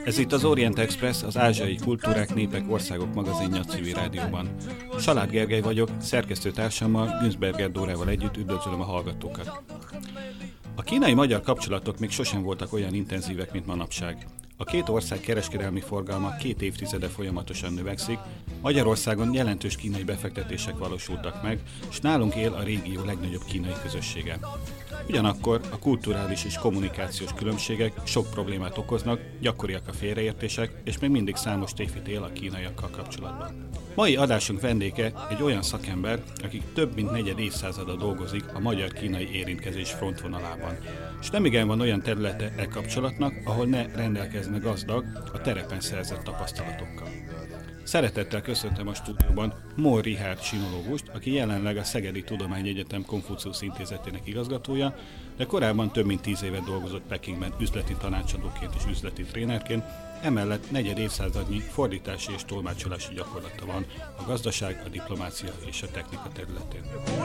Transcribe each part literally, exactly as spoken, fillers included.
Ez itt az Orient Express, az ázsiai kultúrák, népek, országok magazinja a Civil Rádióban. Salád Gergely vagyok, szerkesztőtársammal, Günzberger Dórával együtt üdvözlöm a hallgatókat. A kínai-magyar kapcsolatok még sosem voltak olyan intenzívek, mint manapság. A két ország kereskedelmi forgalma két évtizede folyamatosan növekszik, Magyarországon jelentős kínai befektetések valósultak meg, s nálunk él a régió legnagyobb kínai közössége. Ugyanakkor a kulturális és kommunikációs különbségek sok problémát okoznak, gyakoriak a félreértések, és még mindig számos tévhit él a kínaiakkal kapcsolatban. Mai adásunk vendége egy olyan szakember, aki több mint negyed évszázada dolgozik a magyar-kínai érintkezés frontvonalában. És nemigen van olyan területe e kapcsolatnak, ahol ne rendelkezne gazdag, a terepen szerzett tapasztalatokkal. Szeretettel köszöntöm a stúdióban Moll Richárd sinológust, aki jelenleg a Szegedi Tudományegyetem Konfuciusz Intézetének igazgatója, de korábban több mint tíz évet dolgozott Pekingben üzleti tanácsadóként és üzleti trénerként, emellett negyed évszázadnyi fordítási és tolmácsolási gyakorlata van a gazdaság, a diplomácia és a technika területén.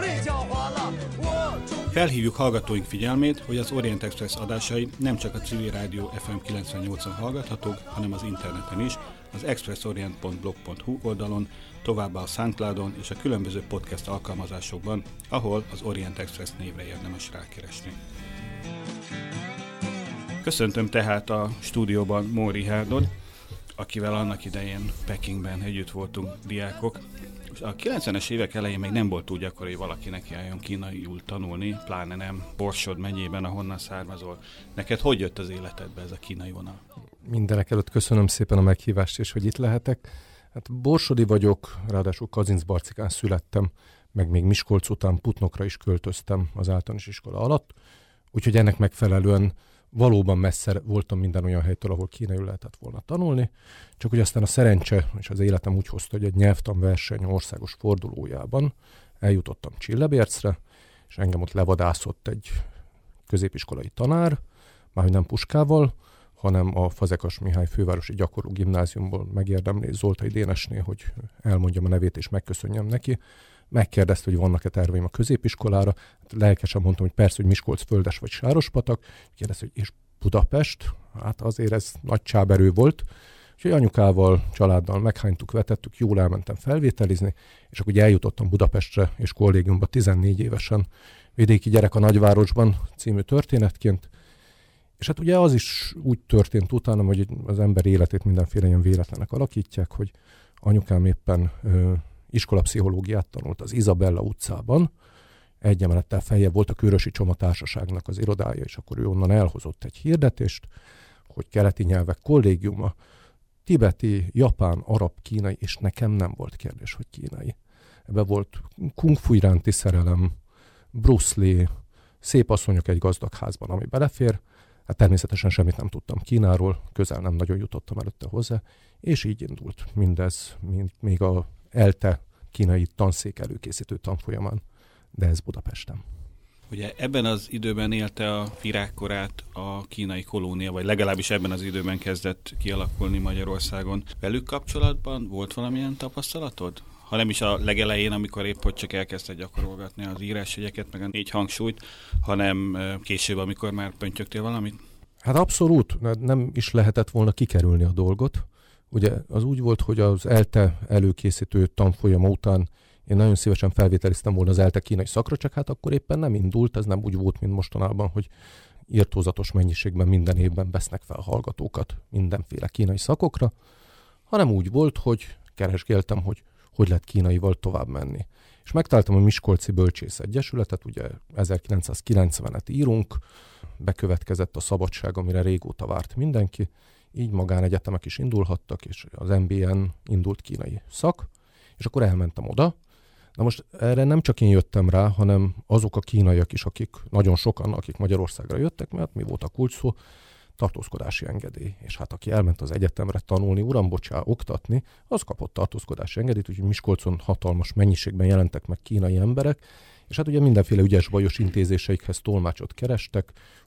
Felhívjuk hallgatóink figyelmét, hogy az Orient Express adásai nem csak a Civil Rádió ef em kilencvennyolcon hallgathatók, hanem az interneten is, az expressorient pont blog pont hu oldalon, továbbá a SoundCloudon és a különböző podcast alkalmazásokban, ahol az Orient Express névre érdemes rákeresni. Köszöntöm tehát a stúdióban Moll Richárdot, akivel annak idején Pekingben együtt voltunk diákok. A kilencvenes évek elején még nem volt túl gyakori, hogy valaki neki álljon kínaiul tanulni, pláne nem Borsod megyében, ahonnan származol. Neked hogy jött az életedbe ez a kínai vonal? Mindenek előtt köszönöm szépen a meghívást, és hogy itt lehetek. Hát borsodi vagyok, ráadásul Kazincbarcikán születtem, meg még Miskolc után Putnokra is költöztem az általános iskola alatt, úgyhogy ennek megfelelően valóban messze voltam minden olyan helytől, ahol kínaiul lehetett volna tanulni, csak hogy aztán a szerencse és az életem úgy hozta, hogy egy nyelvtanverseny országos fordulójában eljutottam Csillebércre, és engem ott levadászott egy középiskolai tanár, márhogy nem puskával, hanem a Fazekas Mihály fővárosi gyakorló gimnáziumból megérdemlé Zoltai Dénesné, hogy elmondjam a nevét és megköszönjem neki. Megkérdezte, hogy vannak-e terveim a középiskolára. Hát lelkesen mondtam, hogy persze, hogy Miskolc, Földes vagy Sárospatak. Kérdezte, hogy és Budapest? Hát azért ez nagy csáberő volt. Úgyhogy anyukával, családdal meghánytuk, vetettük, jól elmentem felvételizni, és akkor ugye eljutottam Budapestre és kollégiumba tizennégy évesen, Vidéki gyerek a nagyvárosban című történetként. És hát ugye az is úgy történt utána, hogy az ember életét mindenféle ilyen véletlenek alakítják, hogy anyukám éppen ö, iskolapszichológiát tanult az Izabella utcában, egy emelettel feljebb volt a Körösi Csoma Társaságnak az irodája, és akkor ő onnan elhozott egy hirdetést, hogy keleti nyelvek kollégiuma, tibeti, japán, arab, kínai, és nekem nem volt kérdés, hogy kínai. Ebben volt kung fu iránti szerelem, Bruce Lee, szép asszonyok egy gazdag házban, ami belefér. Hát természetesen semmit nem tudtam Kínáról, közel nem nagyon jutottam előtte hozzá, és így indult mindez, még a ELTE kínai tanszék előkészítő tanfolyamán, de ez Budapesten. Ugye ebben az időben élte a virágkorát a kínai kolónia, vagy legalábbis ebben az időben kezdett kialakulni Magyarországon. Velük kapcsolatban volt valamilyen tapasztalatod? Ha nem is a legelején, amikor épp hogy csak elkezdte gyakorolgatni az írásjegyeket, meg a négy hangsúlyt, hanem később, amikor már pöntjögtél valamit? Hát abszolút, nem is lehetett volna kikerülni a dolgot. Ugye az úgy volt, hogy az ELTE előkészítő tanfolyama után én nagyon szívesen felvételiztem volna az ELTE kínai szakra, csak hát akkor éppen nem indult, ez nem úgy volt, mint mostanában, hogy irtózatos mennyiségben minden évben vesznek fel hallgatókat mindenféle kínai szakokra, hanem úgy volt, hogy keresgéltem, hogy hogy lehet kínaival tovább menni. És megtaláltam a Miskolci Bölcsész Egyesületet, ugye ezerkilencszázkilencvenet írunk, bekövetkezett a szabadság, amire régóta várt mindenki, így magánegyetemek is indulhattak, és az em bé en indult kínai szak, és akkor elmentem oda. Na most erre nem csak én jöttem rá, hanem azok a kínaiak is, akik nagyon sokan, akik Magyarországra jöttek, mert mi volt a kulcs szó, tartózkodási engedély. És hát aki elment az egyetemre tanulni, uram, bocsá, oktatni, az kapott tartózkodási engedélyt, úgyhogy Miskolcon hatalmas mennyiségben jelentek meg kínai emberek, és hát ugye mindenféle ügyes bajos intézéseikhez tolmácsot kerestek,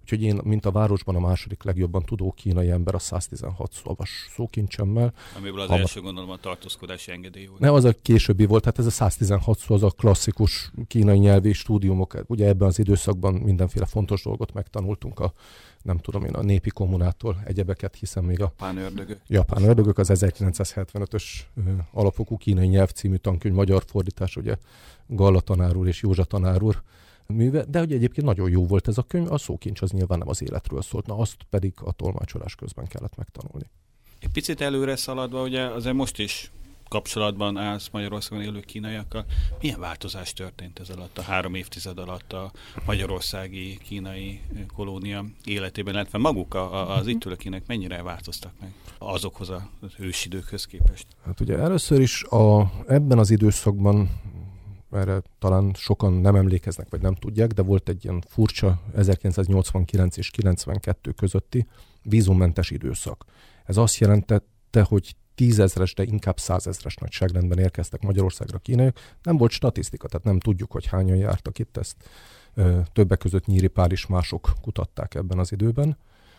Úgyhogy én, mint a városban a második legjobban tudó kínai ember a száztizenhat szavas szókincsemmel. Amiből az ha első gondolom a tartózkodási engedély volt. Ne, az a későbbi volt, hát ez a száztizenhat szó, az a klasszikus kínai nyelvi stúdiumok. Ugye ebben az időszakban mindenféle fontos dolgot megtanultunk a, nem tudom én, a népi kommunától egyebeket, hiszen még a Japán ördögök. Japán ördögök az ezerkilencszázhetvenötös uh, alapokú kínai nyelv című tankönyv magyar fordítás, ugye Galla tanár úr és Józsa tanár úr műve, de ugye egyébként nagyon jó volt ez a könyv, a szókincs az nyilván nem az életről szólt, na azt pedig a tolmácsolás közben kellett megtanulni. Egy picit előre szaladva, ugye azért most is kapcsolatban állsz Magyarországon élő kínaiakkal. Milyen változás történt ez alatt a három évtized alatt a magyarországi kínai kolónia életében, illetve maguk a, a, az itt ülő kínaiak mennyire változtak meg azokhoz az ősidőkhöz képest? Hát ugye először is a, ebben az időszakban, erre talán sokan nem emlékeznek, vagy nem tudják, de volt egy ilyen furcsa ezerkilencszáznyolcvankilenc és kilencvenkettő közötti vízummentes időszak. Ez azt jelentette, hogy tízezres, de inkább százezres nagyságrendben érkeztek Magyarországra kínaiak. Nem volt statisztika, tehát nem tudjuk, hogy hányan jártak itt, ezt ö, többek között Nyíri Pál is mások kutatták ebben az időben.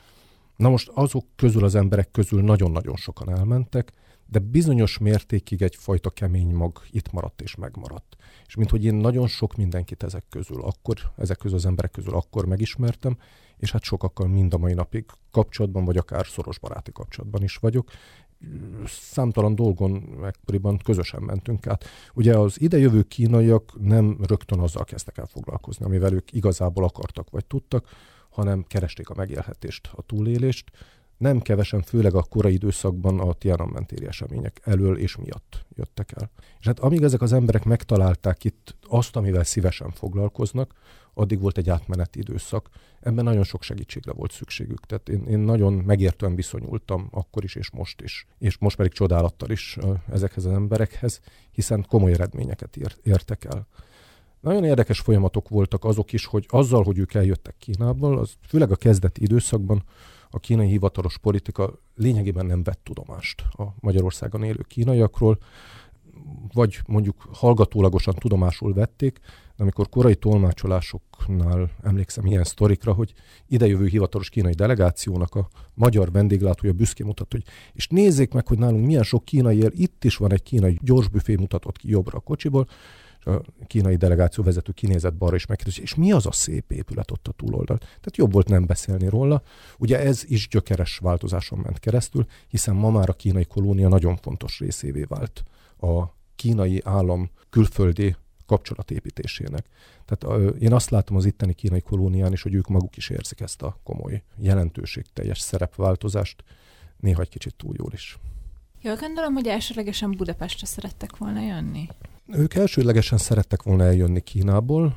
Na most azok közül, az emberek közül nagyon-nagyon sokan elmentek, de bizonyos mértékig egyfajta kemény mag itt maradt és megmaradt. És minthogy én nagyon sok mindenkit ezek közül, akkor, ezek közül az emberek közül akkor megismertem, és hát sokakkal mind a mai napig kapcsolatban, vagy akár szoros baráti kapcsolatban is vagyok. Számtalan dolgon ekkoriban közösen mentünk át. Ugye az idejövő kínaiak nem rögtön azzal kezdtek el foglalkozni, amivel ők igazából akartak vagy tudtak, hanem keresték a megélhetést, a túlélést. Nem kevesen, főleg a korai időszakban a Tiananmen téri események elől és miatt jöttek el. És hát amíg ezek az emberek megtalálták itt azt, amivel szívesen foglalkoznak, addig volt egy átmeneti időszak. Ebben nagyon sok segítségre volt szükségük. Tehát én, én nagyon megértően viszonyultam akkor is és most is. És most pedig csodálattal is ezekhez az emberekhez, hiszen komoly eredményeket ér, értek el. Nagyon érdekes folyamatok voltak azok is, hogy azzal, hogy ők eljöttek Kínából, az főleg a kezdeti időszakban a kínai hivatalos politika lényegében nem vett tudomást a Magyarországon élő kínaiakról, vagy mondjuk hallgatólagosan tudomásul vették, de amikor korai tolmácsolásoknál emlékszem ilyen sztorikra, hogy idejövő hivatalos kínai delegációnak a magyar vendéglátója büszkén mutat, hogy és nézzék meg, hogy nálunk milyen sok kínai él, itt is van egy kínai gyorsbüfé, mutatott ki jobbra a kocsiból, és a kínai delegáció vezető kinézett balra és megkérdezi, és mi az a szép épület ott a túloldal? Tehát jobb volt nem beszélni róla. Ugye ez is gyökeres változáson ment keresztül, hiszen ma már a kínai kolónia nagyon fontos részévé vált a kínai állam külföldi kapcsolatépítésének. Tehát uh, én azt látom az itteni kínai kolónián is, hogy ők maguk is érzik ezt a komoly jelentőségteljes szerepváltozást, néha egy kicsit túl jól is. Jól gondolom, hogy elsőlegesen Budapestre szerettek volna jönni? Ők elsőlegesen szerettek volna eljönni Kínából.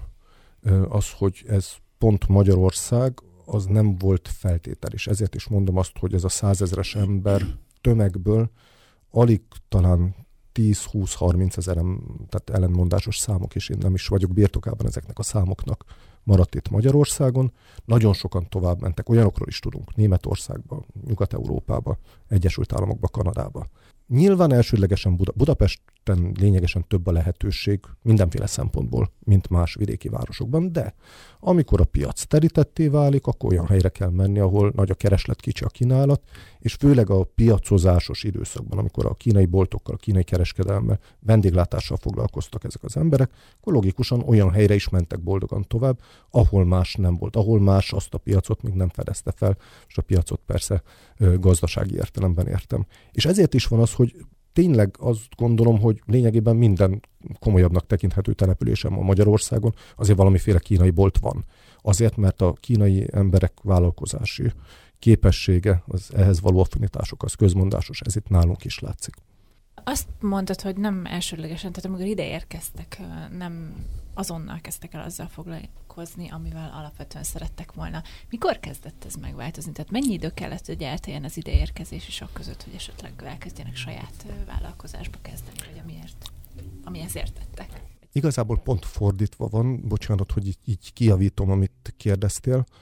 Az, hogy ez pont Magyarország, az nem volt feltétel, és ezért is mondom azt, hogy ez a százezres ember tömegből alig talán tíz-húsz-harminc ezerem, tehát ellenmondásos számok, és én nem is vagyok birtokában ezeknek a számoknak, maradt itt Magyarországon. Nagyon sokan tovább mentek, olyanokról is tudunk, Németországba, Nyugat-Európába, Egyesült Államokba, Kanadába. Nyilván elsődlegesen Buda- Budapesten lényegesen több a lehetőség mindenféle szempontból, mint más vidéki városokban, de amikor a piac terítetté válik, akkor olyan helyre kell menni, ahol nagy a kereslet, kicsi a kínálat, és főleg a piacozásos időszakban, amikor a kínai boltokkal, a kínai kereskedelemmel, vendéglátással foglalkoztak ezek az emberek, akkor logikusan olyan helyre is mentek boldogan tovább, ahol más nem volt, ahol más azt a piacot még nem fedezte fel, és a piacot persze gazdasági értelemben értem. És ezért is van az, hogy tényleg azt gondolom, hogy lényegében minden komolyabbnak tekinthető településen ma Magyarországon azért valamiféle kínai bolt van. Azért, mert a kínai emberek vállalkozási képessége, az ehhez való affinitások, az közmondásos, ez itt nálunk is látszik. Azt mondtad, hogy nem elsődlegesen, tehát amikor ide érkeztek, nem azonnal kezdtek el azzal foglalkozni, amivel alapvetően szerettek volna. Mikor kezdett ez megváltozni? Tehát mennyi idő kellett, hogy elteljen az ideérkezés és között, hogy esetleg elkezdjenek saját vállalkozásba kezdeni, vagy amiért, amihez értettek? Igazából pont fordítva van, bocsánat, hogy így, így kijavítom, amit kérdeztél.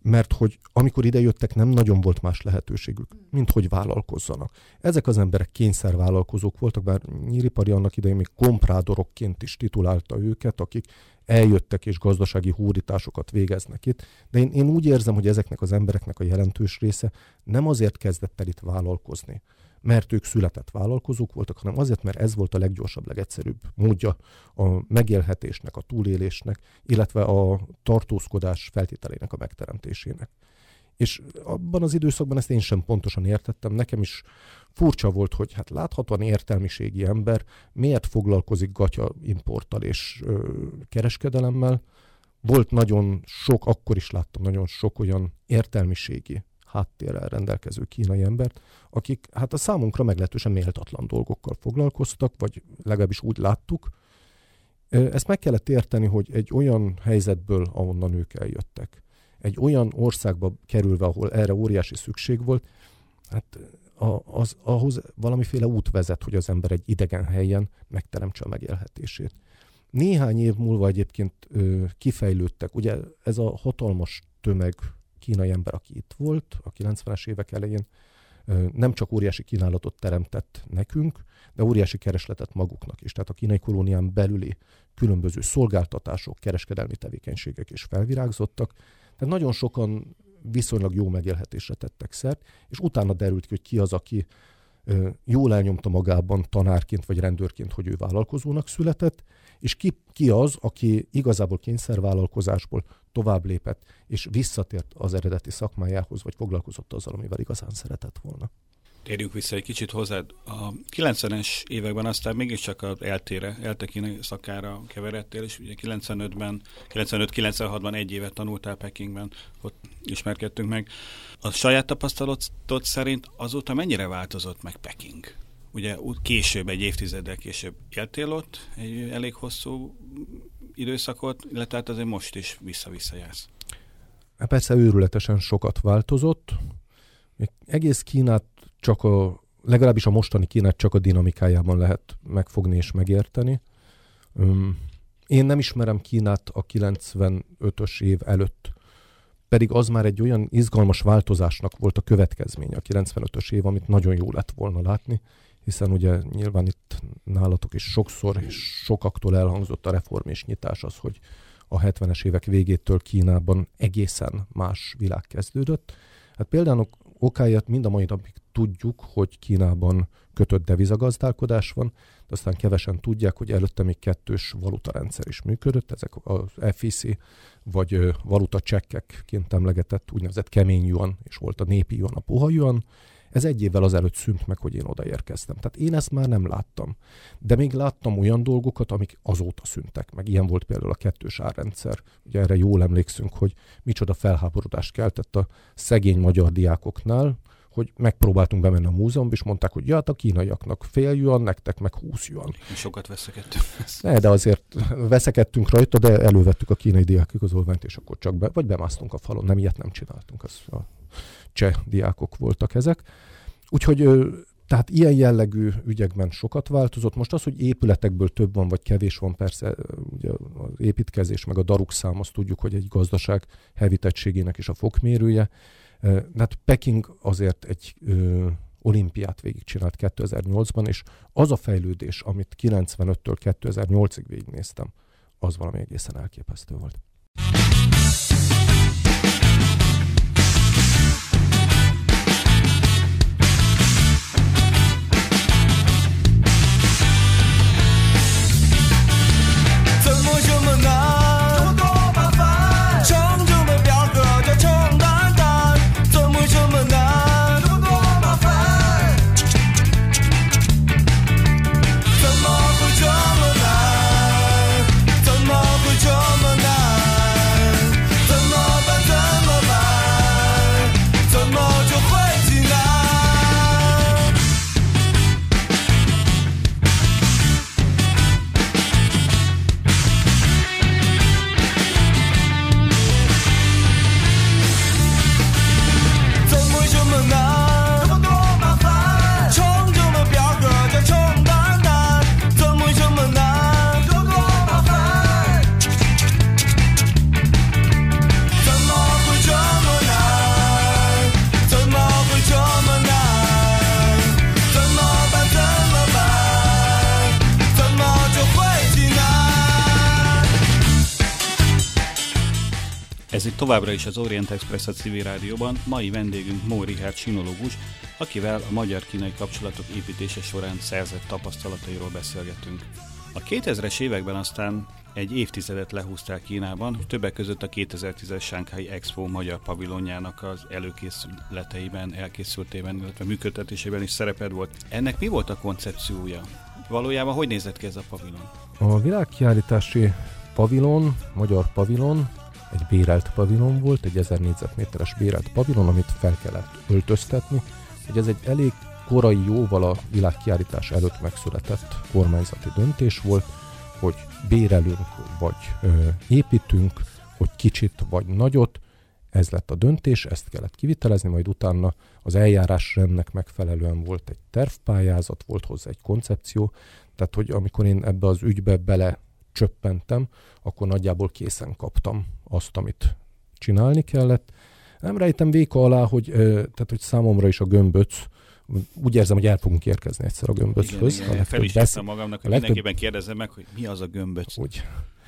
mert hogy amikor ide jöttek, nem nagyon volt más lehetőségük, mint hogy vállalkozzanak. Ezek az emberek kényszervállalkozók voltak, bár Nyíripari annak idején még komprádorokként is titulálta őket, akik eljöttek és gazdasági hódításokat végeznek itt. De én, én úgy érzem, hogy ezeknek az embereknek a jelentős része nem azért kezdett el itt vállalkozni, mert ők született vállalkozók voltak, hanem azért, mert ez volt a leggyorsabb, legegyszerűbb módja a megélhetésnek, a túlélésnek, illetve a tartózkodás feltételének a megteremtésének. És abban az időszakban ezt én sem pontosan értettem, nekem is furcsa volt, hogy hát láthatóan értelmiségi ember miért foglalkozik gatya importtal és ö, kereskedelemmel. Volt nagyon sok, akkor is láttam nagyon sok olyan értelmiségi háttérrel rendelkező kínai embert, akik hát a számunkra meglehetősen méltatlan dolgokkal foglalkoztak, vagy legalábbis úgy láttuk. Ezt meg kellett érteni, hogy egy olyan helyzetből, ahonnan ők eljöttek, egy olyan országba kerülve, ahol erre óriási szükség volt, hát az, ahhoz valamiféle út vezet, hogy az ember egy idegen helyen megteremtse a megélhetését. Néhány év múlva egyébként ö, kifejlődtek, ugye ez a hatalmas tömeg kínai ember, aki itt volt a kilencvenes évek elején, nem csak óriási kínálatot teremtett nekünk, de óriási keresletet maguknak is. Tehát a kínai kolónián belüli különböző szolgáltatások, kereskedelmi tevékenységek is felvirágzottak. Tehát nagyon sokan viszonylag jó megélhetésre tettek szert, és utána derült ki, hogy ki az, aki jól elnyomta magában tanárként vagy rendőrként, hogy ő vállalkozónak született, és ki, ki az, aki igazából kényszervállalkozásból tovább lépett, és visszatért az eredeti szakmájához, vagy foglalkozott azzal, amivel igazán szeretett volna. Térjünk vissza egy kicsit hozzád. A kilencvenes években aztán mégiscsak az eltére, elte kínai szakára keveredtél, és ugye kilencvenötben, kilencvenöt kilencvenhatban egy évet tanultál Pekingben, ott ismerkedtünk meg. A saját tapasztalatod szerint azóta mennyire változott meg Peking? Ugye később, egy évtizeddel később éltél ott, egy elég hosszú időszakot, illetve hát azért most is vissza-vissza jársz. Persze őrületesen sokat változott. Még egész Kínát csak a, legalábbis a mostani Kínát csak a dinamikájában lehet megfogni és megérteni. Én nem ismerem Kínát a kilencvenötös év előtt, pedig az már egy olyan izgalmas változásnak volt a következménye, a kilencvenötös év, amit nagyon jó lett volna látni, hiszen ugye nyilván itt nálatok is sokszor és sokaktól elhangzott a reform és nyitás az, hogy a hetvenes évek végétől Kínában egészen más világ kezdődött. Hát például okáját mind a mai napig tudjuk, hogy Kínában kötött devizagazdálkodás van, de aztán kevesen tudják, hogy előtte még kettős valutarendszer is működött, ezek az ef i cé vagy valutacsekkekként emlegetett úgynevezett kemény yuan, és volt a népi yuan, a puha yuan. Ez egy évvel azelőtt szűnt meg, hogy én odaérkeztem. Tehát én ezt már nem láttam. De még láttam olyan dolgokat, amik azóta szűntek meg. Ilyen volt például a kettős árrendszer. Ugye erre jól emlékszünk, hogy micsoda felháborodást keltett a szegény magyar diákoknál, hogy megpróbáltunk bemenni a múzeumba, és mondták, hogy ja, hát a kínaiaknak fél yuan, nektek meg húsz yuan. Sokat veszekedtünk. Ne, de azért veszekedtünk rajta, de elővettük a kínai diákigazolványt, és akkor csak be, vagy bemásztunk a falon. Nem, ilyet nem csináltunk. Az a cseh diákok voltak ezek. Úgyhogy tehát ilyen jellegű ügyekben sokat változott. Most az, hogy épületekből több van, vagy kevés van, persze ugye az építkezés, meg a darukszám, azt tudjuk, hogy egy gazdaság hevitettségének is a fokmérője. De hát Peking azért egy ö, olimpiát végigcsinált kétezer-nyolcban, és az a fejlődés, amit kilencvenöttől kétezer-nyolcig végignéztem, az valami egészen elképesztő volt. Továbbra is az Orient Express a civil rádióban, mai vendégünk Mó Richárd sinológus, akivel a magyar-kínai kapcsolatok építése során szerzett tapasztalatairól beszélgetünk. A kétezres években aztán egy évtizedet lehúzták Kínában, többek között a kétezer-tízes Shanghai Expo magyar pavilonjának az előkészületeiben, elkészültében, illetve működtetésében is szereped volt. Ennek mi volt a koncepciója? Valójában hogy nézett ki ez a pavilon? A világkiállítási pavilon, magyar pavilon, egy bérelt pavilon volt, egy ezer négyzetméteres bérelt pavilon, amit fel kellett öltöztetni. Hogy ez egy elég korai, jóval a világkiállítás előtt megszületett kormányzati döntés volt, hogy bérelünk, vagy ö, építünk, hogy kicsit, vagy nagyot. Ez lett a döntés, ezt kellett kivitelezni, majd utána az eljárásrendnek megfelelően volt egy tervpályázat, volt hozzá egy koncepció, tehát hogy amikor én ebbe az ügybe bele csöppentem, akkor nagyjából készen kaptam azt, amit csinálni kellett. Nem rejtem véka alá, hogy, tehát, hogy számomra is a gömböc, úgy érzem, hogy el fogunk érkezni egyszer a gömböchöz. Igen, igen, fel is írtam magamnak, hogy legtöbb... mindenképpen kérdezzem meg, hogy mi az a gömböc. Úgy.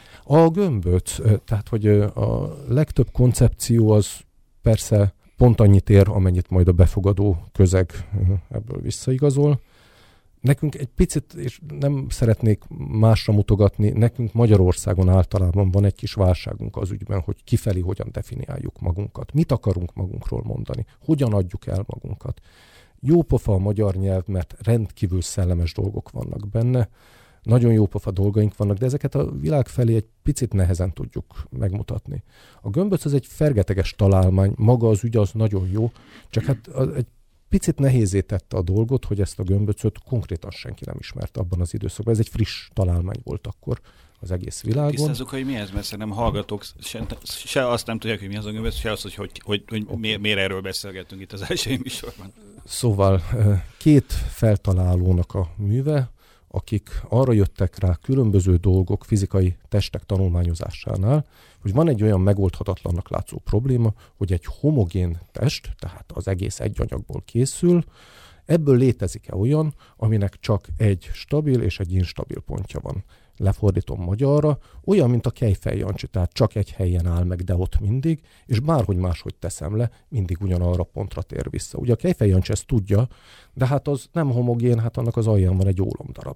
A gömböc, tehát hogy a legtöbb koncepció az persze pont annyit ér, amennyit majd a befogadó közeg ebből visszaigazol. Nekünk egy picit, és nem szeretnék másra mutogatni, nekünk Magyarországon általában van egy kis válságunk az ügyben, hogy kifelé hogyan definiáljuk magunkat. Mit akarunk magunkról mondani? Hogyan adjuk el magunkat? Jópofa a magyar nyelv, mert rendkívül szellemes dolgok vannak benne. Nagyon jópofa dolgaink vannak, de ezeket a világ felé egy picit nehezen tudjuk megmutatni. A gömböc az egy fergeteges találmány, maga az ügy az nagyon jó, csak hát egy picit nehézé tette a dolgot, hogy ezt a gömböcöt konkrétan senki nem ismerte abban az időszakban. Ez egy friss találmány volt akkor az egész világon. Tisztázzuk, hogy mi ez, mert szerintem hallgatók se, se azt nem tudják, hogy mi az a gömböc, se azt, hogy, hogy, hogy, hogy okay. miért, miért erről beszélgetünk itt az első műsorban. Szóval két feltalálónak a műve, akik arra jöttek rá különböző dolgok fizikai testek tanulmányozásánál, hogy van egy olyan megoldhatatlannak látszó probléma, hogy egy homogén test, tehát az egész egy anyagból készül, ebből létezik-e olyan, aminek csak egy stabil és egy instabil pontja van. Lefordítom magyarra, olyan, mint a Kejfej Jancsi, tehát csak egy helyen áll meg, de ott mindig, és bárhogy máshogy teszem le, mindig ugyanarra pontra tér vissza. Ugye a Kejfej Jancsi ezt tudja, de hát az nem homogén, hát annak az alján van egy ólomdarab.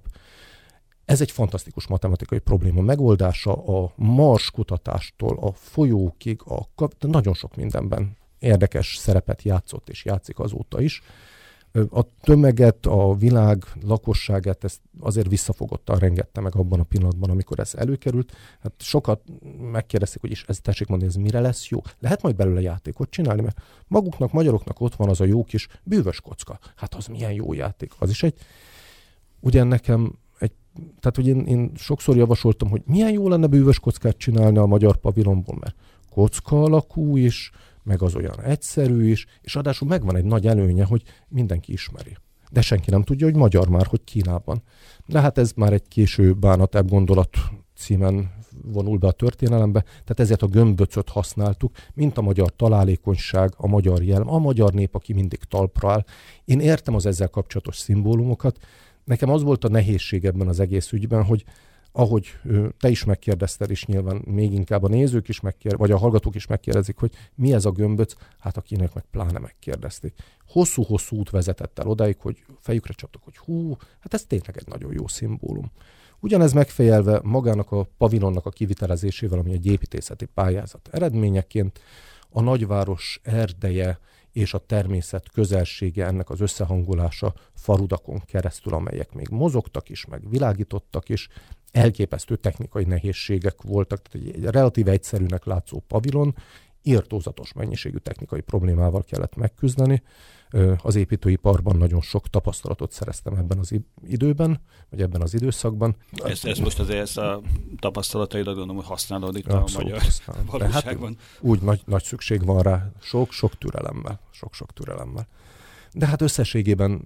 Ez egy fantasztikus matematikai probléma megoldása a Mars kutatástól, a folyókig, a, nagyon sok mindenben érdekes szerepet játszott és játszik azóta is. A tömeget, a világ lakosságát ezt azért visszafogottan rengette meg abban a pillanatban, amikor ez előkerült. Hát sokat megkérdezték, hogy is ez, tessék mondani, ez mire lesz jó. Lehet majd belőle játékot csinálni, mert maguknak, magyaroknak ott van az a jó kis bűvös kocka. Hát az milyen jó játék. Az is egy, ugye nekem egy, tehát hogy én, én sokszor javasoltam, hogy milyen jó lenne bűvös kockát csinálni a magyar pavilonból, mert kocka alakú is, meg az olyan egyszerű is, és adásul megvan egy nagy előnye, hogy mindenki ismeri. De senki nem tudja, hogy magyar már, hogy Kínában. De hát ez már egy késő bánatebb gondolat címen vonul be a történelembe, tehát ezért a gömböcöt használtuk, mint a magyar találékonyság, a magyar jelm, a magyar nép, aki mindig talpra áll. Én értem az ezzel kapcsolatos szimbólumokat. Nekem az volt a nehézség ebben az egész ügyben, hogy ahogy te is megkérdezted, és nyilván még inkább a nézők is megkérdezik, vagy a hallgatók is megkérdezik, hogy mi ez a gömböc, hát a kínaiak meg pláne megkérdezték. Hosszú-hosszú út vezetett el odáig, hogy fejükre csaptak, hogy hú, hát ez tényleg egy nagyon jó szimbólum. Ugyanez megfejelve magának a pavilonnak a kivitelezésével, ami egy építészeti pályázat eredményeként, a nagyváros erdeje és a természet közelsége, ennek az összehangolása farudakon keresztül, amelyek még mozogtak is, meg világítottak is, elképesztő technikai nehézségek voltak, tehát egy relatív egyszerűnek látszó pavilon, irtózatos mennyiségű technikai problémával kellett megküzdeni. Az építőiparban nagyon sok tapasztalatot szereztem ebben az időben, vagy ebben az időszakban. Ezt, ezt most azért ezt a tapasztalataidat gondolom, hogy használod itt abszolút a magyar használom. Valóságban. Hát úgy nagy, nagy szükség van rá, sok-sok türelemmel. Sok-sok türelemmel. De hát összességében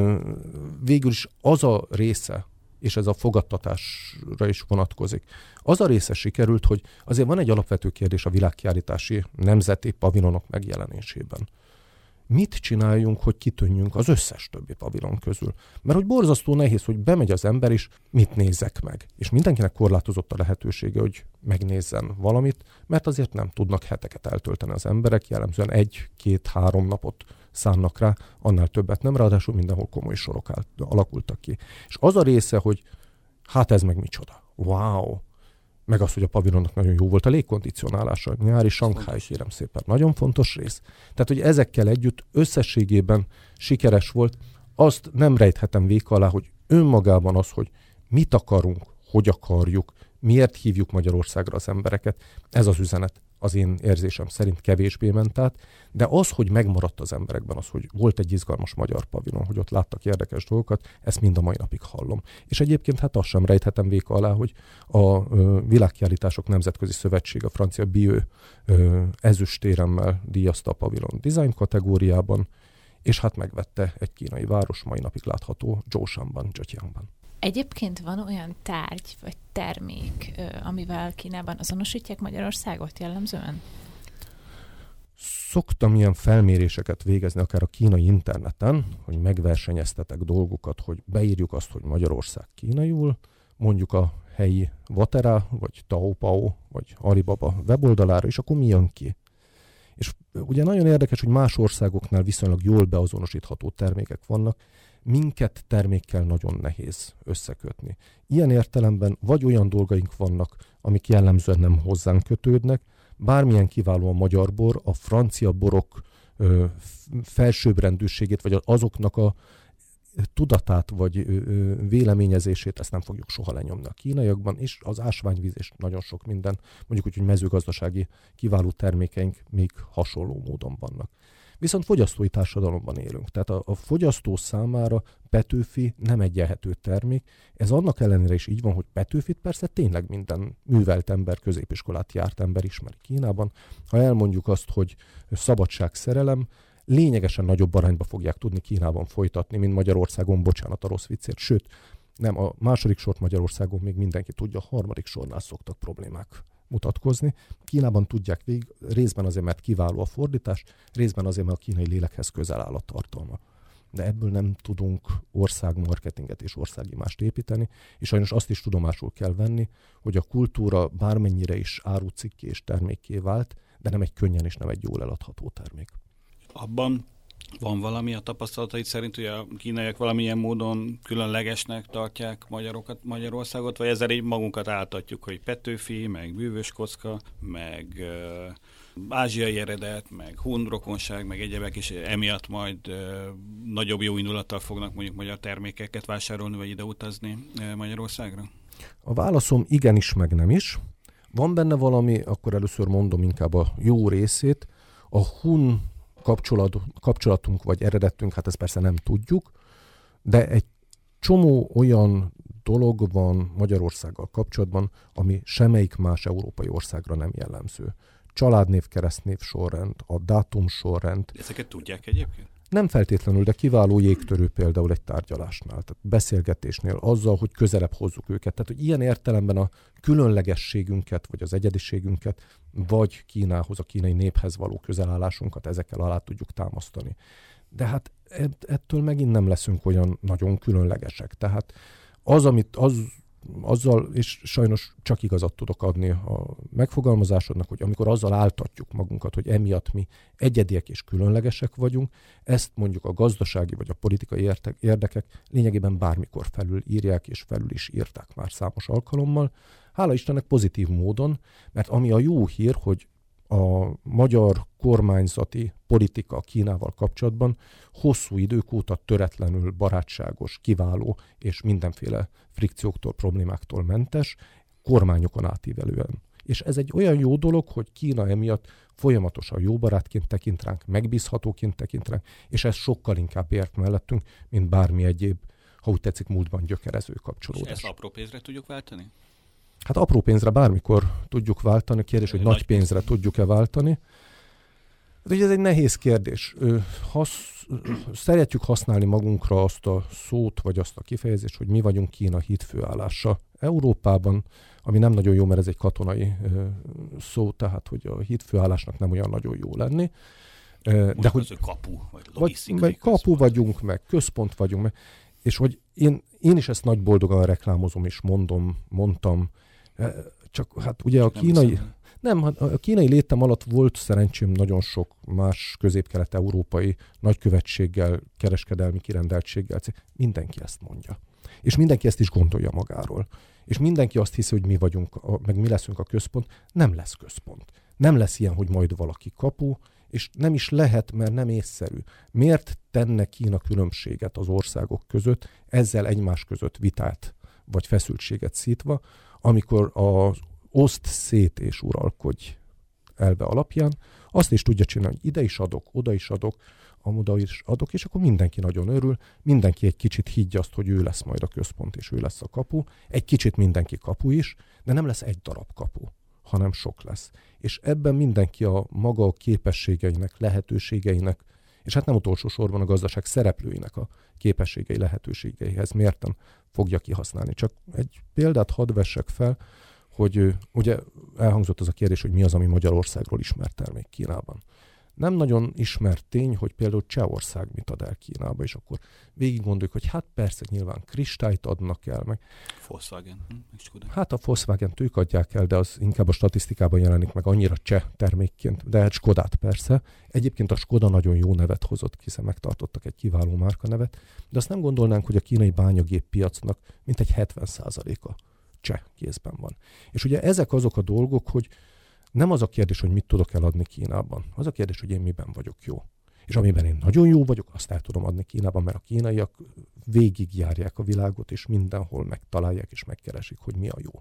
végül is az a része, és ez a fogadtatásra is vonatkozik. Az a része sikerült, hogy azért van egy alapvető kérdés a világkiállítási nemzeti pavilonok megjelenésében. mit csináljunk, hogy kitönjünk az összes többi pavilon közül. Mert hogy borzasztó nehéz, hogy bemegy az ember is, mit nézzek meg. És mindenkinek korlátozott a lehetősége, hogy megnézzen valamit, mert azért nem tudnak heteket eltölteni az emberek, jellemzően egy, két, három napot szánnak rá, annál többet nem, ráadásul mindenhol komoly sorok áll, alakultak ki. És az a része, hogy hát ez meg micsoda. Wow! Meg az, hogy a pavilonnak nagyon jó volt a légkondicionálása. Nyári Sanghái, kérem szépen. Nagyon fontos rész. Tehát, hogy ezekkel együtt összességében sikeres volt. Azt nem rejthetem véka alá, hogy önmagában az, hogy mit akarunk, hogy akarjuk, miért hívjuk Magyarországra az embereket, ez az üzenet az én érzésem szerint kevésbé ment át, de az, hogy megmaradt az emberekben, az, hogy volt egy izgalmas magyar pavilon, hogy ott láttak érdekes dolgokat, ezt mind a mai napig hallom. És egyébként hát azt sem rejthetem véka alá, hogy a ö, Világkiállítások Nemzetközi Szövetség, a francia Bieu ezüstéremmel díjazta a pavilon design kategóriában, és hát megvette egy kínai város, mai napig látható Zhoushanban, Zhejiangban. Egyébként van olyan tárgy vagy termék, amivel Kínában azonosítják Magyarországot jellemzően? Szoktam ilyen felméréseket végezni, akár a kínai interneten, hogy megversenyeztetek dolgokat, hogy beírjuk azt, hogy Magyarország kínaiul, mondjuk a helyi Vatera, vagy Taobao, vagy Alibaba weboldalára, és akkor mi jön ki? És ugye nagyon érdekes, hogy más országoknál viszonylag jól beazonosítható termékek vannak, minket termékkel nagyon nehéz összekötni. Ilyen értelemben vagy olyan dolgaink vannak, amik jellemzően nem hozzánk kötődnek, bármilyen kiváló a magyar bor, a francia borok ö, felsőbbrendűségét, vagy azoknak a tudatát, vagy ö, véleményezését, ezt nem fogjuk soha lenyomni a kínaiakban, és az ásványvíz és nagyon sok minden, mondjuk úgy, hogy mezőgazdasági kiváló termékeink még hasonló módon vannak. Viszont fogyasztói társadalomban élünk. Tehát a, a fogyasztó számára Petőfi nem egyenlhető termék. Ez annak ellenére is így van, hogy Petőfit persze tényleg minden művelt ember, középiskolát járt ember ismeri Kínában. Ha elmondjuk azt, hogy szabadság, szerelem, lényegesen nagyobb arányba fogják tudni Kínában folytatni, mint Magyarországon, bocsánat a rossz viccért. Sőt, nem, a második sort Magyarországon még mindenki tudja, a harmadik sornál szoktak problémák mutatkozni. Kínában tudják végig, részben azért, mert kiváló a fordítás, részben azért, mert a kínai lélekhez közel áll a tartalma. De ebből nem tudunk országmarketinget és országimást építeni, és sajnos azt is tudomásul kell venni, hogy a kultúra bármennyire is árucikké és termékké vált, de nem egy könnyen és nem egy jól eladható termék. Abban van valami a tapasztalataid szerint, hogy a kínaiak valamilyen módon különlegesnek tartják Magyarokat, Magyarországot, vagy ezzel így magunkat áltatjuk, hogy Petőfi, meg bűvös kocka, meg uh, ázsiai eredet, meg hun rokonság, meg egyebek, és emiatt majd uh, nagyobb jó indulattal fognak mondjuk magyar termékeket vásárolni, vagy ide utazni uh, Magyarországra? A válaszom igenis, meg nem is. Van benne valami, akkor először mondom inkább a jó részét. A hun Kapcsolat, kapcsolatunk vagy eredetünk, hát ezt persze nem tudjuk, de egy csomó olyan dolog van Magyarországgal kapcsolatban, ami semmelyik más európai országra nem jellemző. Családnév, keresztnév sorrend, a dátum sorrend. Ezeket tudják egyébként? Nem feltétlenül, de kiváló jégtörő például egy tárgyalásnál, tehát beszélgetésnél, azzal, hogy közelebb hozzuk őket. Tehát, hogy ilyen értelemben a különlegességünket, vagy az egyediségünket, vagy Kínához, a kínai néphez való közelállásunkat ezekkel alá tudjuk támasztani. De hát ettől megint nem leszünk olyan nagyon különlegesek. Tehát az, amit az azzal, és sajnos csak igazat tudok adni a megfogalmazásodnak, hogy amikor azzal áltatjuk magunkat, hogy emiatt mi egyediek és különlegesek vagyunk, ezt mondjuk a gazdasági vagy a politikai érdekek lényegében bármikor felül írják, és felül is írták már számos alkalommal. Hála Istennek pozitív módon, mert ami a jó hír, hogy a magyar kormányzati politika Kínával kapcsolatban hosszú idők óta töretlenül barátságos, kiváló és mindenféle frikcióktól, problémáktól mentes, kormányokon átívelően. És ez egy olyan jó dolog, hogy Kína emiatt folyamatosan jó barátként tekint ránk, megbízhatóként tekint ránk, és ez sokkal inkább ért mellettünk, mint bármi egyéb, ha úgy tetszik, múltban gyökerező kapcsolódás. És ezt apró pénzre tudjuk váltani? Hát apró pénzre bármikor tudjuk váltani, kérdés, hogy nagy, nagy pénzre pénz. tudjuk-e váltani. Hát ugye ez egy nehéz kérdés. Hasz, szeretjük használni magunkra azt a szót, vagy azt a kifejezést, hogy mi vagyunk Kína hídfőállása Európában, ami nem nagyon jó, mert ez egy katonai szó, tehát hogy a hídfőállásnak nem olyan nagyon jó lenni. De hogy az kapu, vagy logisztikai vagy, vagy kapu vagyunk, meg központ vagyunk, meg, és hogy én, én is ezt nagy boldogan reklámozom, és mondom, mondtam, csak hát ugye csak a kínai... Nem, nem, a kínai létem alatt volt szerencsém nagyon sok más közép-kelet-európai nagykövetséggel, kereskedelmi kirendeltséggel. Mindenki ezt mondja. És mindenki ezt is gondolja magáról. És mindenki azt hiszi, hogy mi vagyunk, meg mi leszünk a központ. Nem lesz központ. Nem lesz ilyen, hogy majd valaki kapu, és nem is lehet, mert nem észszerű. Miért tenne Kína különbséget az országok között, ezzel egymás között vitát vagy feszültséget szítva, amikor az oszt szét és uralkodj elve alapján azt is tudja csinálni, hogy ide is adok, oda is adok, amoda is adok, és akkor mindenki nagyon örül, mindenki egy kicsit higgye azt, hogy ő lesz majd a központ, és ő lesz a kapu. Egy kicsit mindenki kapu is, de nem lesz egy darab kapu, hanem sok lesz. És ebben mindenki a maga képességeinek, lehetőségeinek, és hát nem utolsó sorban a gazdaság szereplőinek a képességei, lehetőségeihez mérten fogja kihasználni. Csak egy példát hadd vessek fel, hogy ugye elhangzott az a kérdés, hogy mi az, ami Magyarországról ismert termék Kínában. Nem nagyon ismert tény, hogy például Csehország mit ad el Kínába, és akkor végig gondoljuk, hogy hát persze nyilván kristályt adnak el, meg... Volkswagen. Hm, hát a Volkswagen-t ők adják el, de az inkább a statisztikában jelenik meg annyira cseh termékként, de hát Skodát persze. Egyébként a Skoda nagyon jó nevet hozott, hiszen megtartottak egy kiváló márkanevet, de azt nem gondolnánk, hogy a kínai bányagép piacnak mintegy hetven százaléka cseh kézben van. És ugye ezek azok a dolgok, hogy nem az a kérdés, hogy mit tudok eladni Kínában. Az a kérdés, hogy én miben vagyok jó. És amiben én nagyon jó vagyok, azt el tudom adni Kínában, mert a kínaiak végigjárják a világot, és mindenhol megtalálják és megkeresik, hogy mi a jó.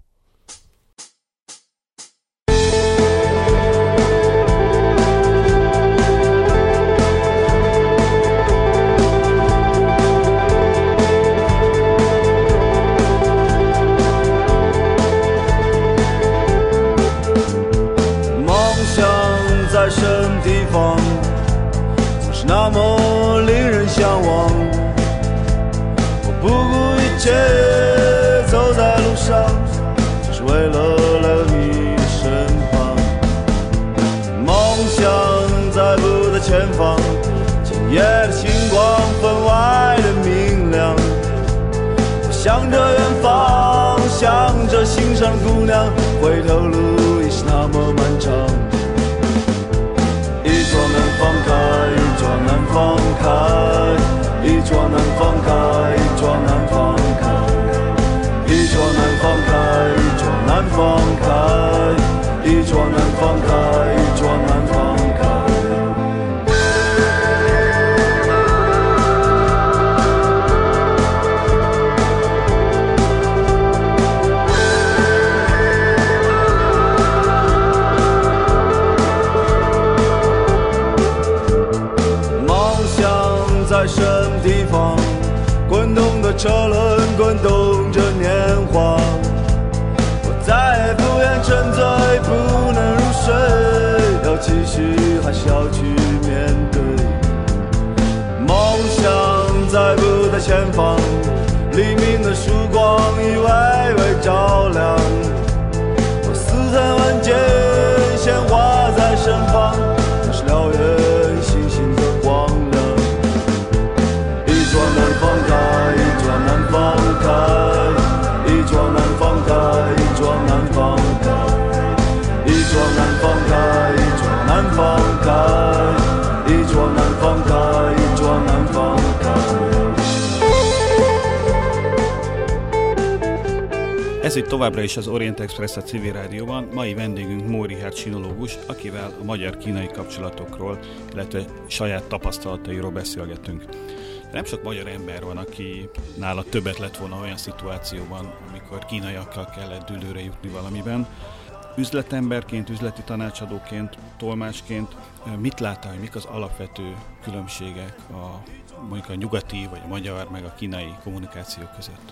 Ez itt továbbra is az Orient Express a civil rádióban. Mai vendégünk Móri Richárd sinológus, akivel a magyar-kínai kapcsolatokról, illetve saját tapasztalatairól beszélgetünk. Nem sok magyar ember van, aki nála többet lett volna olyan szituációban, amikor kínaiakkal kellett dűlőre jutni valamiben. Üzletemberként, üzleti tanácsadóként, tolmácsként mit láttál, hogy mik az alapvető különbségek a, mondjuk a nyugati, vagy a magyar, meg a kínai kommunikáció között?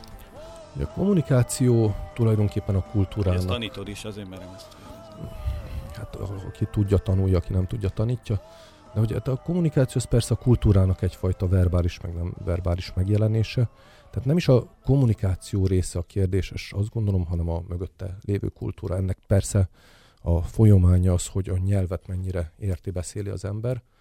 A kommunikáció tulajdonképpen a kultúrának... Ezt tanítod is, azért merem ezt. Hát aki tudja, tanulja, aki nem tudja, tanítja. De ugye a kommunikáció az persze a kultúrának egyfajta verbális, meg nem verbális megjelenése. Tehát nem is a kommunikáció része a kérdéses, azt gondolom, hanem a mögötte lévő kultúra. Ennek persze a folyamánya az, hogy a nyelvet mennyire érti, beszéli az ember,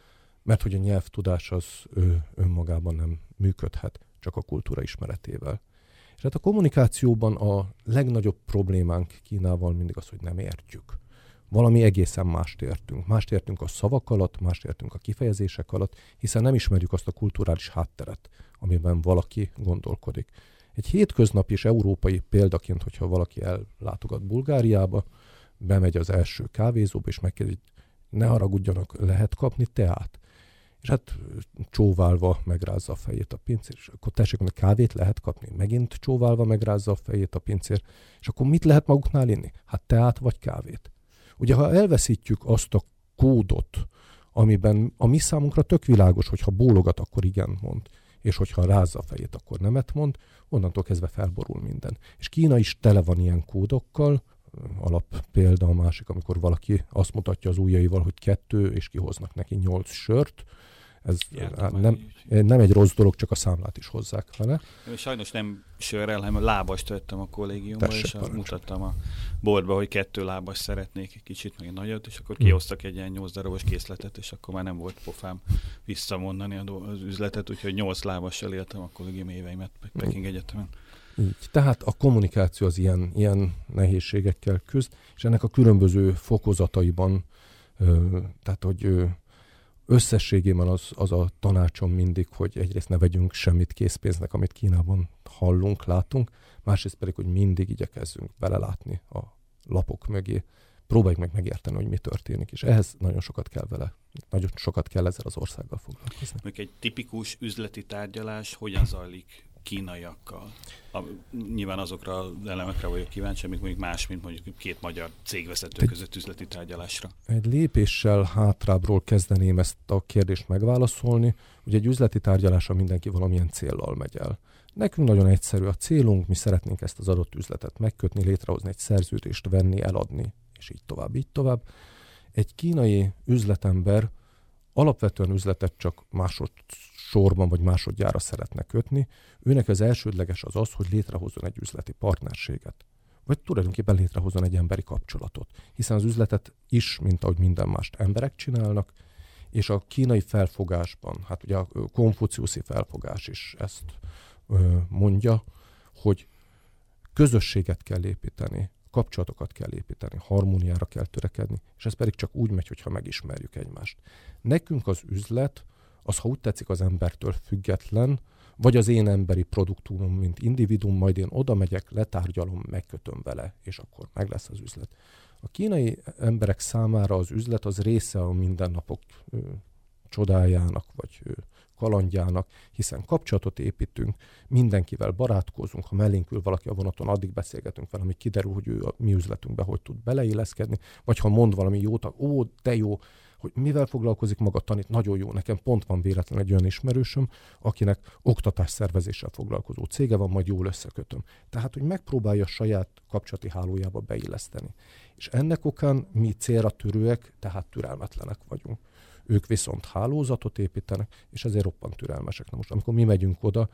mert hogy a nyelvtudás az ő, önmagában nem működhet, csak a kultúra ismeretével. És hát a kommunikációban a legnagyobb problémánk Kínával mindig az, hogy nem értjük. Valami egészen mást értünk. Mást értünk a szavak alatt, mást értünk a kifejezések alatt, hiszen nem ismerjük azt a kulturális hátteret, amiben valaki gondolkodik. Egy hétköznapi és európai példaként, hogyha valaki ellátogat Bulgáriába, bemegy az első kávézóba, és megkérdezik, ne haragudjanak, lehet kapni teát? És hát csóválva megrázza a fejét a pincér, és akkor tessék, hogy kávét lehet kapni? Megint csóválva megrázza a fejét a pincér, és akkor mit lehet maguknál inni? Hát teát vagy kávét. Ugye, ha elveszítjük azt a kódot, amiben a mi számunkra tök világos, hogyha bólogat, akkor igen mond, és hogyha rázza a fejét, akkor nemet mond, onnantól kezdve felborul minden. És Kína is tele van ilyen kódokkal, alap példa a másik, amikor valaki azt mutatja az ujjaival, hogy kettő, és kihoznak neki nyolc sört. Ez Jártam nem, nem egy rossz dolog, csak a számlát is hozzák vele. Sajnos nem sörrel, hanem lábast vettem a kollégiumban, Tessék, és parancsolj. Mutattam a boltba, hogy kettő lábast szeretnék, egy kicsit, meg egy nagyot, és akkor kihoztak egy ilyen nyolc darabos készletet, és akkor már nem volt pofám visszamondani az üzletet, úgyhogy nyolc lábassal éltem a kollégium éveimet Peking Egyetemen. Így. Tehát a kommunikáció az ilyen, ilyen nehézségekkel küzd, és ennek a különböző fokozataiban, ö, tehát hogy ö, összességében az, az a tanácsom mindig, hogy egyrészt ne vegyünk semmit készpénznek, amit Kínában hallunk, látunk, másrészt pedig, hogy mindig igyekezzünk belelátni a lapok mögé, próbáljuk meg megérteni, hogy mi történik, és ehhez nagyon sokat kell vele, nagyon sokat kell ezzel az országgal foglalkozni. Még egy tipikus üzleti tárgyalás hogyan zajlik kínaiakkal? A, nyilván azokra az elemekre vagyok kíváncsi, amik mondjuk más, mint mondjuk két magyar cégvezető között üzleti tárgyalásra. Egy lépéssel hátrábbról kezdeném ezt a kérdést megválaszolni. Ugye egy üzleti tárgyalásra mindenki valamilyen céllal megy el. Nekünk nagyon egyszerű a célunk, mi szeretnénk ezt az adott üzletet megkötni, létrehozni egy szerződést, venni, eladni, és így tovább, így tovább. Egy kínai üzletember alapvetően üzletet csak másodszorban vagy másodjára szeretne kötni. Őnek az elsődleges az az, hogy létrehozzon egy üzleti partnerséget. Vagy tulajdonképpen létrehozzon egy emberi kapcsolatot. Hiszen az üzletet is, mint ahogy minden mást emberek csinálnak, és a kínai felfogásban, hát ugye a konfuciuszi felfogás is ezt ö, mondja, hogy közösséget kell építeni, kapcsolatokat kell építeni, harmóniára kell törekedni, és ez pedig csak úgy megy, hogyha megismerjük egymást. Nekünk az üzlet, az, ha úgy tetszik, az embertől független, vagy az én emberi produktumom, mint individuum, majd én oda megyek, letárgyalom, megkötöm vele, és akkor meg lesz az üzlet. A kínai emberek számára az üzlet az része a mindennapok ö, csodájának, vagy ö, kalandjának, hiszen kapcsolatot építünk, mindenkivel barátkozunk, ha mellénk ül valaki a vonaton, addig beszélgetünk vele, amíg kiderül, hogy ő a mi üzletünkbe hogy tud beleilleszkedni, vagy ha mond valami jót, ó, de jó, hogy mivel foglalkozik maga, tanít, nagyon jó. Nekem pont van véletlen egy olyan ismerősöm, akinek oktatásszervezéssel foglalkozó cége van, majd jól összekötöm. Tehát, hogy megpróbálja a saját kapcsolati hálójába beilleszteni. És ennek okán mi célra törőek, tehát türelmetlenek vagyunk. Ők viszont hálózatot építenek, és ezért roppant türelmesek. Na most, amikor mi megyünk oda,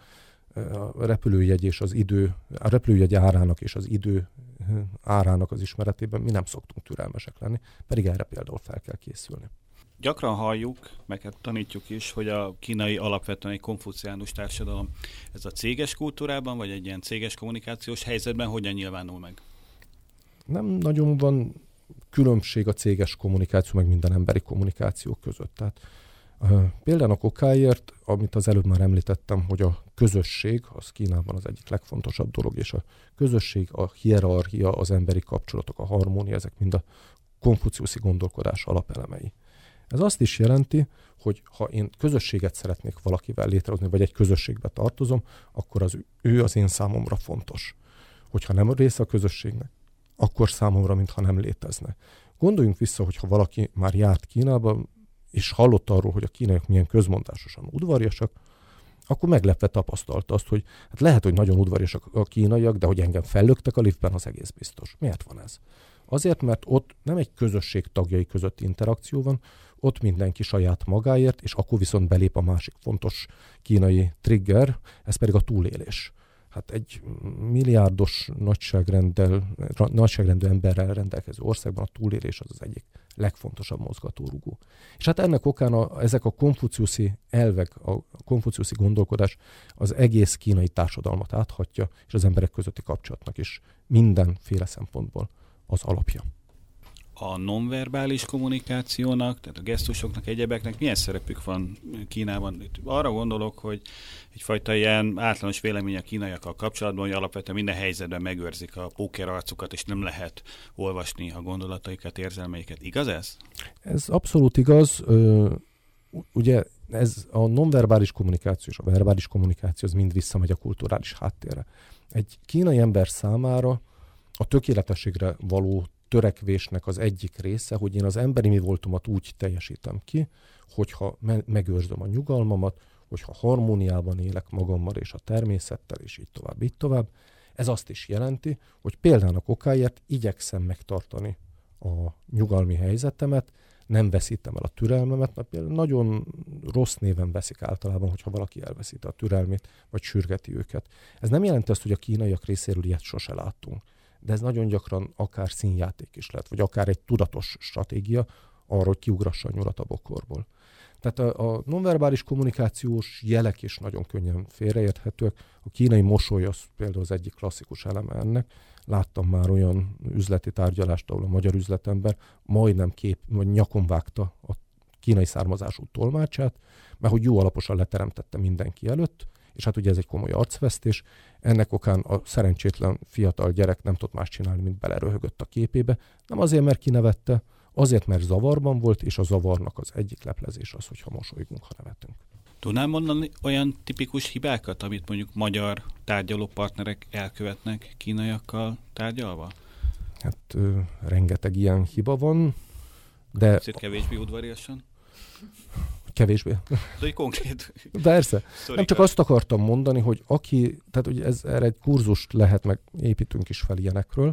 a repülőjegy és az idő, a repülőjegy árának és az idő árának az ismeretében mi nem szoktunk türelmesek lenni, pedig erre például fel kell készülni. Gyakran halljuk, meg hát tanítjuk is, hogy a kínai alapvetően egy konfuciánus társadalom. Ez a céges kultúrában, vagy egy ilyen céges kommunikációs helyzetben hogyan nyilvánul meg? Nem nagyon van különbség a céges kommunikáció, meg minden emberi kommunikáció között. Tehát uh, például a kokáért, amit az előbb már említettem, hogy a közösség, az Kínában az egyik legfontosabb dolog, és a közösség, a hierarchia, az emberi kapcsolatok, a harmónia, ezek mind a konfuciuszi gondolkodás alapelemei. Ez azt is jelenti, hogy ha én közösséget szeretnék valakivel létrehozni, vagy egy közösségbe tartozom, akkor az ő az én számomra fontos. Hogyha nem része a közösségnek, akkor számomra, mintha nem létezne. Gondoljunk vissza, hogyha valaki már járt Kínába, és hallott arról, hogy a kínaiak milyen közmondásosan udvariasak, akkor meglepve tapasztalta azt, hogy hát lehet, hogy nagyon udvariasak a kínaiak, de hogy engem fellöktek a liftben, az egész biztos. Miért van ez? Azért, mert ott nem egy közösség tagjai közötti interakció van, ott mindenki saját magáért, és akkor viszont belép a másik fontos kínai trigger, ez pedig a túlélés. Hát egy milliárdos nagyságrenddel, nagyságrendű emberrel rendelkező országban a túlélés az az egyik legfontosabb mozgatórugó. És hát ennek okán a, ezek a konfuciuszi elvek, a konfuciuszi gondolkodás az egész kínai társadalmat áthatja, és az emberek közötti kapcsolatnak is mindenféle szempontból az alapja. A nonverbális kommunikációnak, tehát a gesztusoknak, egyebeknek milyen szerepük van Kínában? Itt arra gondolok, hogy egyfajta ilyen általános vélemény a kínaiakkal kapcsolatban, hogy alapvetően minden helyzetben megőrzik a póker arcukat, és nem lehet olvasni a gondolataikat, érzelmeiket. Igaz ez? Ez abszolút igaz. Ugye ez a nonverbális kommunikáció és a verbális kommunikáció az mind visszamegy a kulturális háttérre. Egy kínai ember számára a tökéletességre való törekvésnek az egyik része, hogy én az emberi mi voltomat úgy teljesítem ki, hogyha me- megőrzöm a nyugalmamat, hogyha harmóniában élek magammal és a természettel, és így tovább, így tovább. Ez azt is jelenti, hogy példának okáért igyekszem megtartani a nyugalmi helyzetemet, nem veszítem el a türelmemet, mert például nagyon rossz néven veszik általában, hogyha valaki elveszíti a türelmét, vagy sürgeti őket. Ez nem jelenti azt, hogy a kínaiak részéről ilyet sose láttunk, de ez nagyon gyakran akár színjáték is lehet, vagy akár egy tudatos stratégia arra, hogy kiugrassa a nyulat a bokorból. Tehát a, a nonverbális kommunikációs jelek is nagyon könnyen félreérthetőek. A kínai mosoly az például az egyik klasszikus eleme ennek. Láttam már olyan üzleti tárgyalást, ahol a magyar üzletember majdnem kép, vagy nyakon vágta a kínai származású tolmácsát, mert hogy jó alaposan leteremtette mindenki előtt, és hát ugye ez egy komoly arcvesztés. Ennek okán a szerencsétlen fiatal gyerek nem tudott más csinálni, mint beleröhögött a képébe. Nem azért, mert kinevette, azért, mert zavarban volt, és a zavarnak az egyik leplezés az, hogyha mosolygunk, ha nevetünk. Tudnám mondani olyan tipikus hibákat, amit mondjuk magyar tárgyalópartnerek elkövetnek kínaiakkal tárgyalva? Hát ö, rengeteg ilyen hiba van, de... Picit kevésbé udvariasan? Kevésbé. De egy konkrét... Persze. Szorika. Nem csak azt akartam mondani, hogy aki, tehát ugye ez, erre egy kurzust lehet, meg építünk is fel ilyenekről,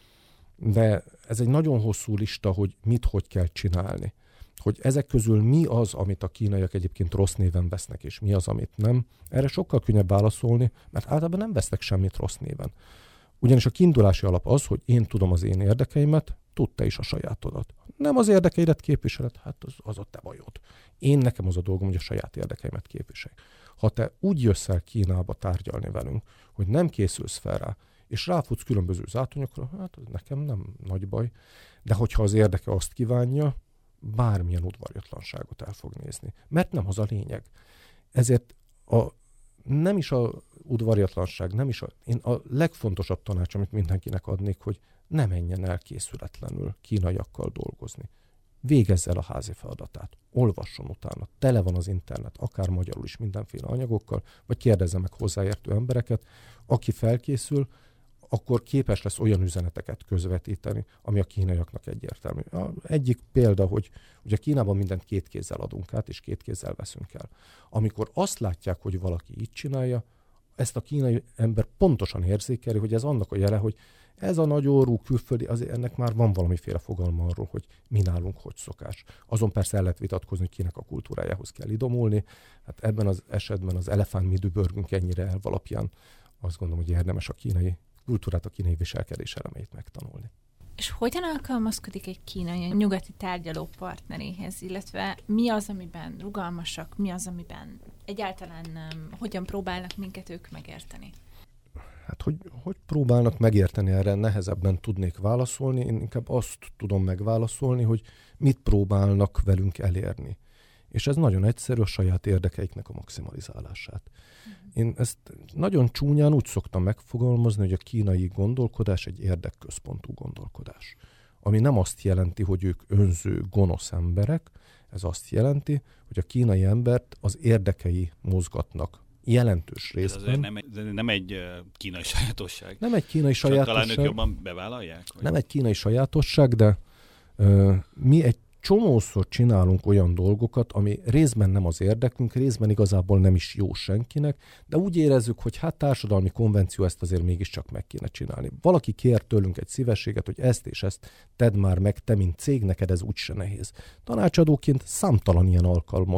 de ez egy nagyon hosszú lista, hogy mit, hogy kell csinálni. Hogy ezek közül mi az, amit a kínaiak egyébként rossz néven vesznek, és mi az, amit nem. Erre sokkal könnyebb válaszolni, mert általában nem vesznek semmit rossz néven. Ugyanis a kiindulási alap az, hogy én tudom az én érdekeimet, tudd te is a sajátodat. Nem az érdekeidet képviseled, hát az, az a te bajod. Én nekem az a dolgom, hogy a saját érdekeimet képviselj. Ha te úgy jössz el Kínába tárgyalni velünk, hogy nem készülsz fel rá, és ráfutsz különböző zátonyokra, hát az nekem nem nagy baj. De hogyha az érdeke azt kívánja, bármilyen udvariatlanságot el fog nézni. Mert nem az a lényeg. Ezért a, nem is a udvariatlanság, nem is a, én a legfontosabb tanács, amit mindenkinek adnék, hogy ne menjen el készületlenül kínaiakkal dolgozni. Végezze el a házi feladatát, olvasson utána, tele van az internet, akár magyarul is mindenféle anyagokkal, vagy kérdezze meg hozzáértő embereket, aki felkészül, akkor képes lesz olyan üzeneteket közvetíteni, ami a kínaiaknak egyértelmű. A egyik példa, hogy ugye Kínában mindent két kézzel adunk át, és két kézzel veszünk el. Amikor azt látják, hogy valaki így csinálja, ezt a kínai ember pontosan érzékeli, hogy ez annak a jele, hogy ez a nagy orrú külföldi, azért ennek már van valamiféle fogalma arról, hogy mi nálunk hogy szokás. Azon persze el lehet vitatkozni, hogy kinek a kultúrájához kell idomulni. Hát ebben az esetben az elefánt mi dübörgünk ennyire elv alapján. Azt gondolom, hogy érdemes a kínai kultúrát, a kínai viselkedés elemeit megtanulni. És hogyan alkalmazkodik egy kínai a nyugati tárgyaló partneréhez, illetve mi az, amiben rugalmasak, mi az, amiben egyáltalán um, hogyan próbálnak minket ők megérteni? Hát, hogy, hogy próbálnak megérteni, erre nehezebben tudnék válaszolni. Én inkább azt tudom megválaszolni, hogy mit próbálnak velünk elérni. És ez nagyon egyszerű, a saját érdekeiknek a maximalizálását. Uh-huh. Én ezt nagyon csúnyán úgy szoktam megfogalmazni, hogy a kínai gondolkodás egy érdekközpontú gondolkodás. Ami nem azt jelenti, hogy ők önző, gonosz emberek, ez azt jelenti, hogy a kínai embert az érdekei mozgatnak jelentős részben. Ez nem egy, nem egy kínai sajátosság. Nem egy kínai sajátosság. Talán ők jobban bevállalják? Vagy? Nem egy kínai sajátosság, de uh, mi egy csomószor csinálunk olyan dolgokat, ami részben nem az érdekünk, részben igazából nem is jó senkinek, de úgy érezzük, hogy hát társadalmi konvenció, ezt azért mégiscsak meg kéne csinálni. Valaki kér tőlünk egy szívességet, hogy ezt és ezt tedd már meg, te mint cég, neked ez úgyse nehéz. Tanácsadóként számtalan ilyen alkalmat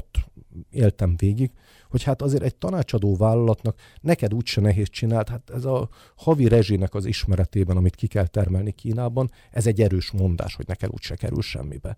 éltem végig, hogy hát azért egy tanácsadó vállalatnak neked úgyse nehéz csinált, hát ez a havi rezsinek az ismeretében, amit ki kell termelni Kínában, ez egy erős mondás, hogy neked úgyse kerül semmibe.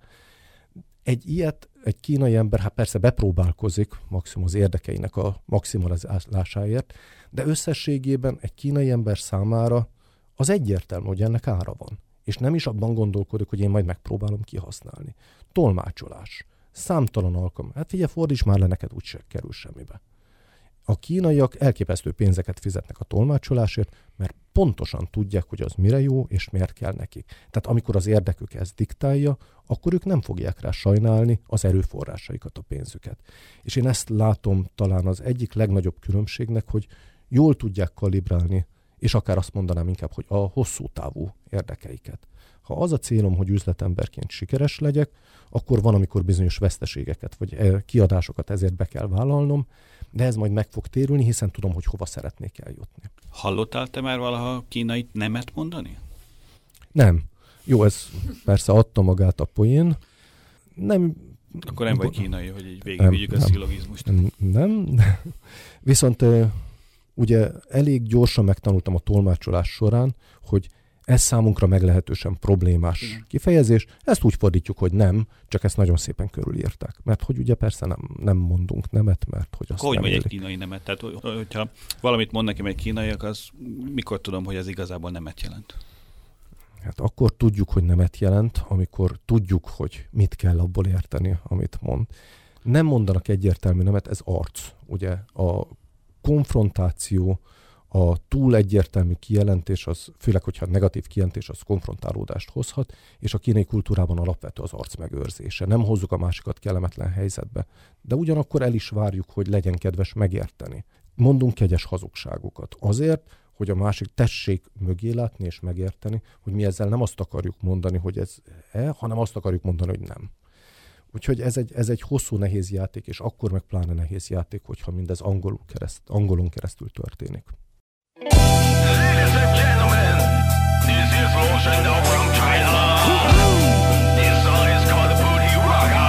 Egy ilyet egy kínai ember, hát persze bepróbálkozik maximum az érdekeinek a maximalizálásáért, de összességében egy kínai ember számára az egyértelmű, hogy ennek ára van. És nem is abban gondolkodik, hogy én majd megpróbálom kihasználni. Tolmácsolás. Számtalan alkalom. Hát figyelj, fordíts már le, neked úgyse kerül semmibe. A kínaiak elképesztő pénzeket fizetnek a tolmácsolásért, mert pontosan tudják, hogy az mire jó, és miért kell nekik. Tehát amikor az érdekük ezt diktálja, akkor ők nem fogják rá sajnálni az erőforrásaikat, a pénzüket. És én ezt látom talán az egyik legnagyobb különbségnek, hogy jól tudják kalibrálni, és akár azt mondanám inkább, hogy a hosszú távú érdekeiket. Ha az a célom, hogy üzletemberként sikeres legyek, akkor van, amikor bizonyos veszteségeket vagy kiadásokat ezért be kell vállalnom, de ez majd meg fog térülni, hiszen tudom, hogy hova szeretnék eljutni. Hallottál te már valaha kínai nemet mondani? Nem. Jó, ez persze adta magát a poén. Nem. Akkor nem vagy kínai, hogy így végigvigyük a szillogizmust. Nem, nem. Viszont ugye elég gyorsan megtanultam a tolmácsolás során, hogy ez számunkra meglehetősen problémás igen. kifejezés. Ezt úgy fordítjuk, hogy nem, csak ezt nagyon szépen körülírták. Mert hogy ugye persze nem, nem mondunk nemet, mert hogy azt hogy nem vagy egy kínai nemet? Tehát, hogyha valamit mond nekem egy kínaiak, az mikor tudom, hogy ez igazából nemet jelent? Hát akkor tudjuk, hogy nemet jelent, amikor tudjuk, hogy mit kell abból érteni, amit mond. Nem mondanak egyértelmű nemet, ez arc. Ugye a konfrontáció, a túl egyértelmű kijelentés, az, főleg, hogyha negatív kijelentés, az konfrontálódást hozhat, és a kínai kultúrában alapvető az arc megőrzése. Nem hozzuk a másikat kellemetlen helyzetbe, de ugyanakkor el is várjuk, hogy legyen kedves megérteni. Mondunk kegyes hazugságokat. Azért, hogy a másik tessék mögé látni és megérteni, hogy mi ezzel nem azt akarjuk mondani, hogy ez e, hanem azt akarjuk mondani, hogy nem. Úgyhogy ez egy, ez egy hosszú, nehéz játék, és akkor meg pláne nehéz játék, hogyha mindez angolul kereszt, angolon keresztül történik. Ladies and gentlemen, this is Luo Shendao from China. This song is called the Booty Raga.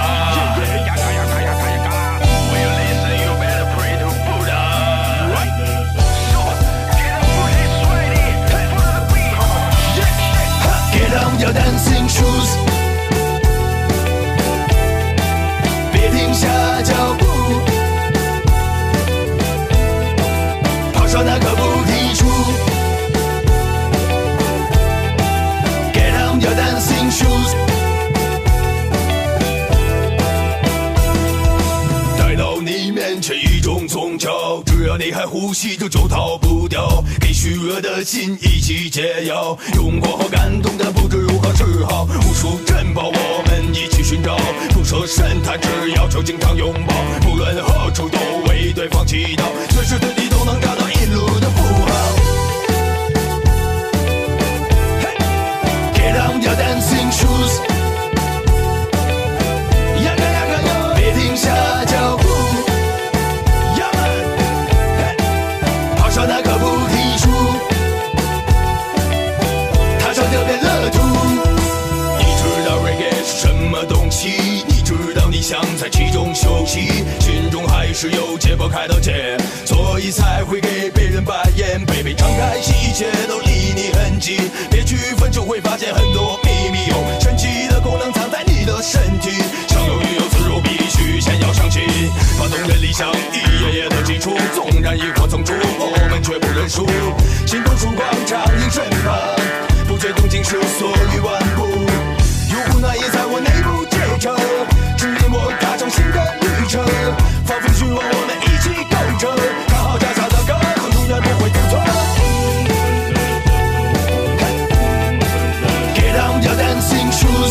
When you listen, you better pray to Buddha. So, get up, booty sweaty, head for the beat. Get on your dancing shoes. 别停下脚步，跑上那个菩提树。Get on your dancing shoes， 带到你面前一种宗教，只要你还呼吸着就逃不掉，给虚弱的心一起解药，用过后感动的不知如何是好，无数珍宝我们一起寻找，不舍神坛，只要求经常拥抱，不论何处都为对方祈祷，随时随地都能找到引路的符号。Hey, get on your dancing shoes， 呀个呀个哟，别停下脚步，呀们，嘿，跑上那棵菩提树，踏上这片乐土。什么东西？你知道你想在其中休息，心中还是有结果开的结，所以才会给别人白眼。杯杯敞开，一切都离你很近，别区分就会发现很多秘密，有神奇的功能藏在你的身体。想有鱼有自如，必须先要相信，把动人理想一页页的记出，纵然萤火曾出，我们却不认输。心中曙光长映身旁，不觉动静是所欲万步。有苦难也在我内部结成，指引我踏上新的旅程，仿佛许诺我们一起构成，看好脚下的歌，永远不会走错。Get on your dancing shoes，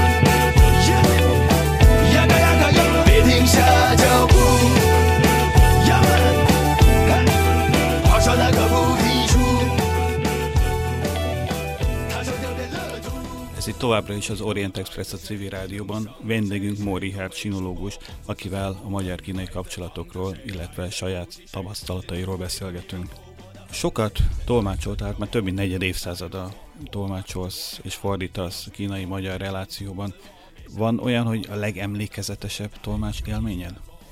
呀个呀个哟，别停下脚步，呀们，跑上那棵菩提树，踏上这片乐土。 Ez itt továbbra is az Orient Express a civil rádióban. Vendégünk Mór Richárd sinológus, akivel a magyar-kínai kapcsolatokról, illetve saját tapasztalatairól beszélgetünk. Sokat tolmácsoltál, mert több mint negyed évszázada tolmácsolsz és fordítasz a kínai-magyar relációban. Van olyan, hogy a legemlékezetesebb tolmács élményed?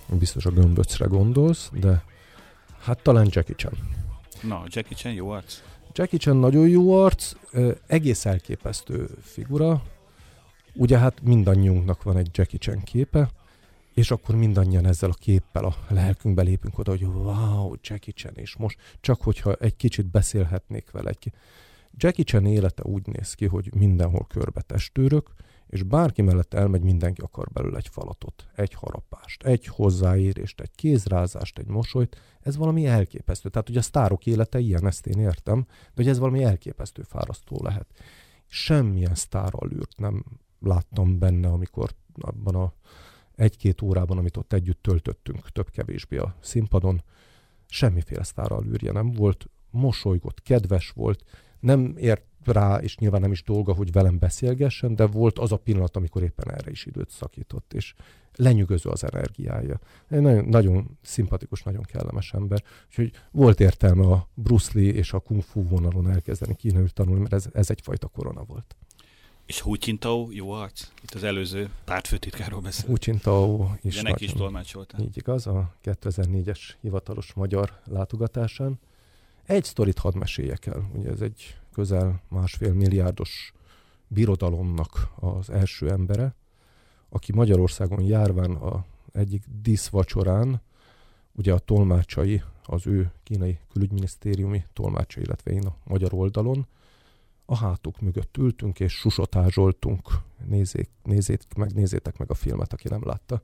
Biztos a gömböcre gondolsz, de hát talán Jackie Chan. Na, Jackie Chan jó arc? Jackie Chan nagyon jó arc, egész elképesztő figura. Ugye hát mindannyiunknak van egy Jackie Chan képe, és akkor mindannyian ezzel a képpel a lelkünkbe lépünk oda, hogy wow, Jackie Chan, és most csak hogyha egy kicsit beszélhetnék vele. Egy ki... Jackie Chan élete úgy néz ki, hogy mindenhol körbe testőrök, és bárki mellett elmegy, mindenki akar belőle egy falatot, egy harapást, egy hozzáérést, egy kézrázást, egy mosolyt. Ez valami elképesztő. Tehát ugye a sztárok élete ilyen, ezt én értem, de hogy ez valami elképesztő fárasztó lehet. Semmilyen sztárallűrt nem láttam benne, amikor abban a egy-két órában, amit ott együtt töltöttünk, több-kevésbé a színpadon, semmiféle sztárallűrje nem volt, mosolygott, kedves volt, nem ért rá, és nyilván nem is dolga, hogy velem beszélgessen, de volt az a pillanat, amikor éppen erre is időt szakított, és lenyűgöző az energiája. Egy nagyon, nagyon szimpatikus, nagyon kellemes ember. Úgyhogy volt értelme a Bruce Lee és a Kung Fu vonalon elkezdeni kínaiul tanulni, mert ez, ez egyfajta korona volt. És Hu Jintao jó arc? Itt az előző pártfőtitkáról beszél. Hu Jintao is. Ugye neki is tolmácsoltál. Így igaz, a kétezer-négyes hivatalos magyar látogatásán. Egy sztorit hadd meséljek el. Ugye ez egy közel másfél milliárdos birodalomnak az első embere, aki Magyarországon járván a egyik díszvacsorán, ugye a tolmácsai, az ő kínai külügyminisztériumi tolmácsai, illetve én a magyar oldalon, a hátuk mögött ültünk, és susotázsoltunk. Nézzék, nézzék meg, nézzétek meg a filmet, aki nem látta.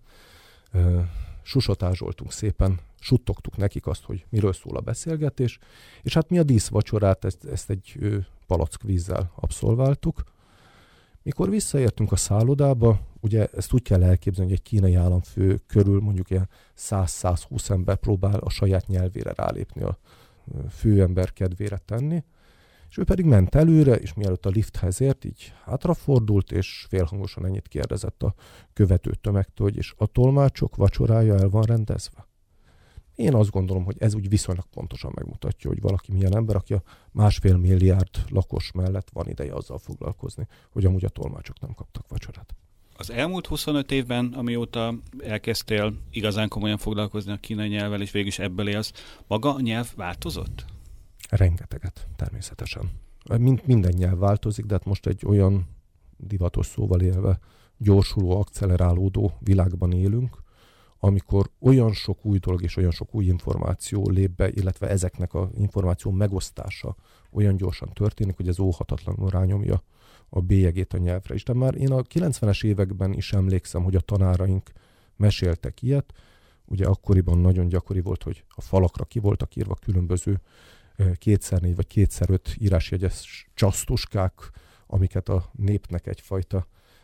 Uh, susotázsoltunk szépen, suttogtuk nekik azt, hogy miről szól a beszélgetés, és hát mi a díszvacsorát, ezt, ezt egy uh, palack vízzel abszolváltuk. Mikor visszaértünk a szállodába, ugye ezt úgy kell elképzelni, hogy egy kínai államfő körül mondjuk ilyen száz-százhúsz ember próbál a saját nyelvére rálépni, a főember kedvére tenni, és ő pedig ment előre, és mielőtt a lifthez ért, így hátrafordult, és félhangosan ennyit kérdezett a követő tömegtől, hogy és a tolmácsok vacsorája el van rendezve. Én azt gondolom, hogy ez úgy viszonylag pontosan megmutatja, hogy valaki milyen ember, aki a másfél milliárd lakos mellett van ideje azzal foglalkozni, hogy amúgy a tolmácsok nem kaptak vacsorát. Az elmúlt huszonöt évben, amióta elkezdtél igazán komolyan foglalkozni a kínai nyelvvel, és végül is ebből élsz, maga a nyelv változott? Rengeteget, természetesen. Mind, minden nyelv változik, de hát most egy olyan divatos szóval élve gyorsuló, akcelerálódó világban élünk, amikor olyan sok új dolog és olyan sok új információ lép be, illetve ezeknek az információ megosztása olyan gyorsan történik, hogy ez óhatatlanul rányomja a bélyegét a nyelvre is. De már én a kilencvenes években is emlékszem, hogy a tanáraink meséltek ilyet. Ugye akkoriban nagyon gyakori volt, hogy a falakra ki voltak írva különböző kétszer négy vagy kétszer öt írásjegyes csasztuskák, amiket a népnek egyfajta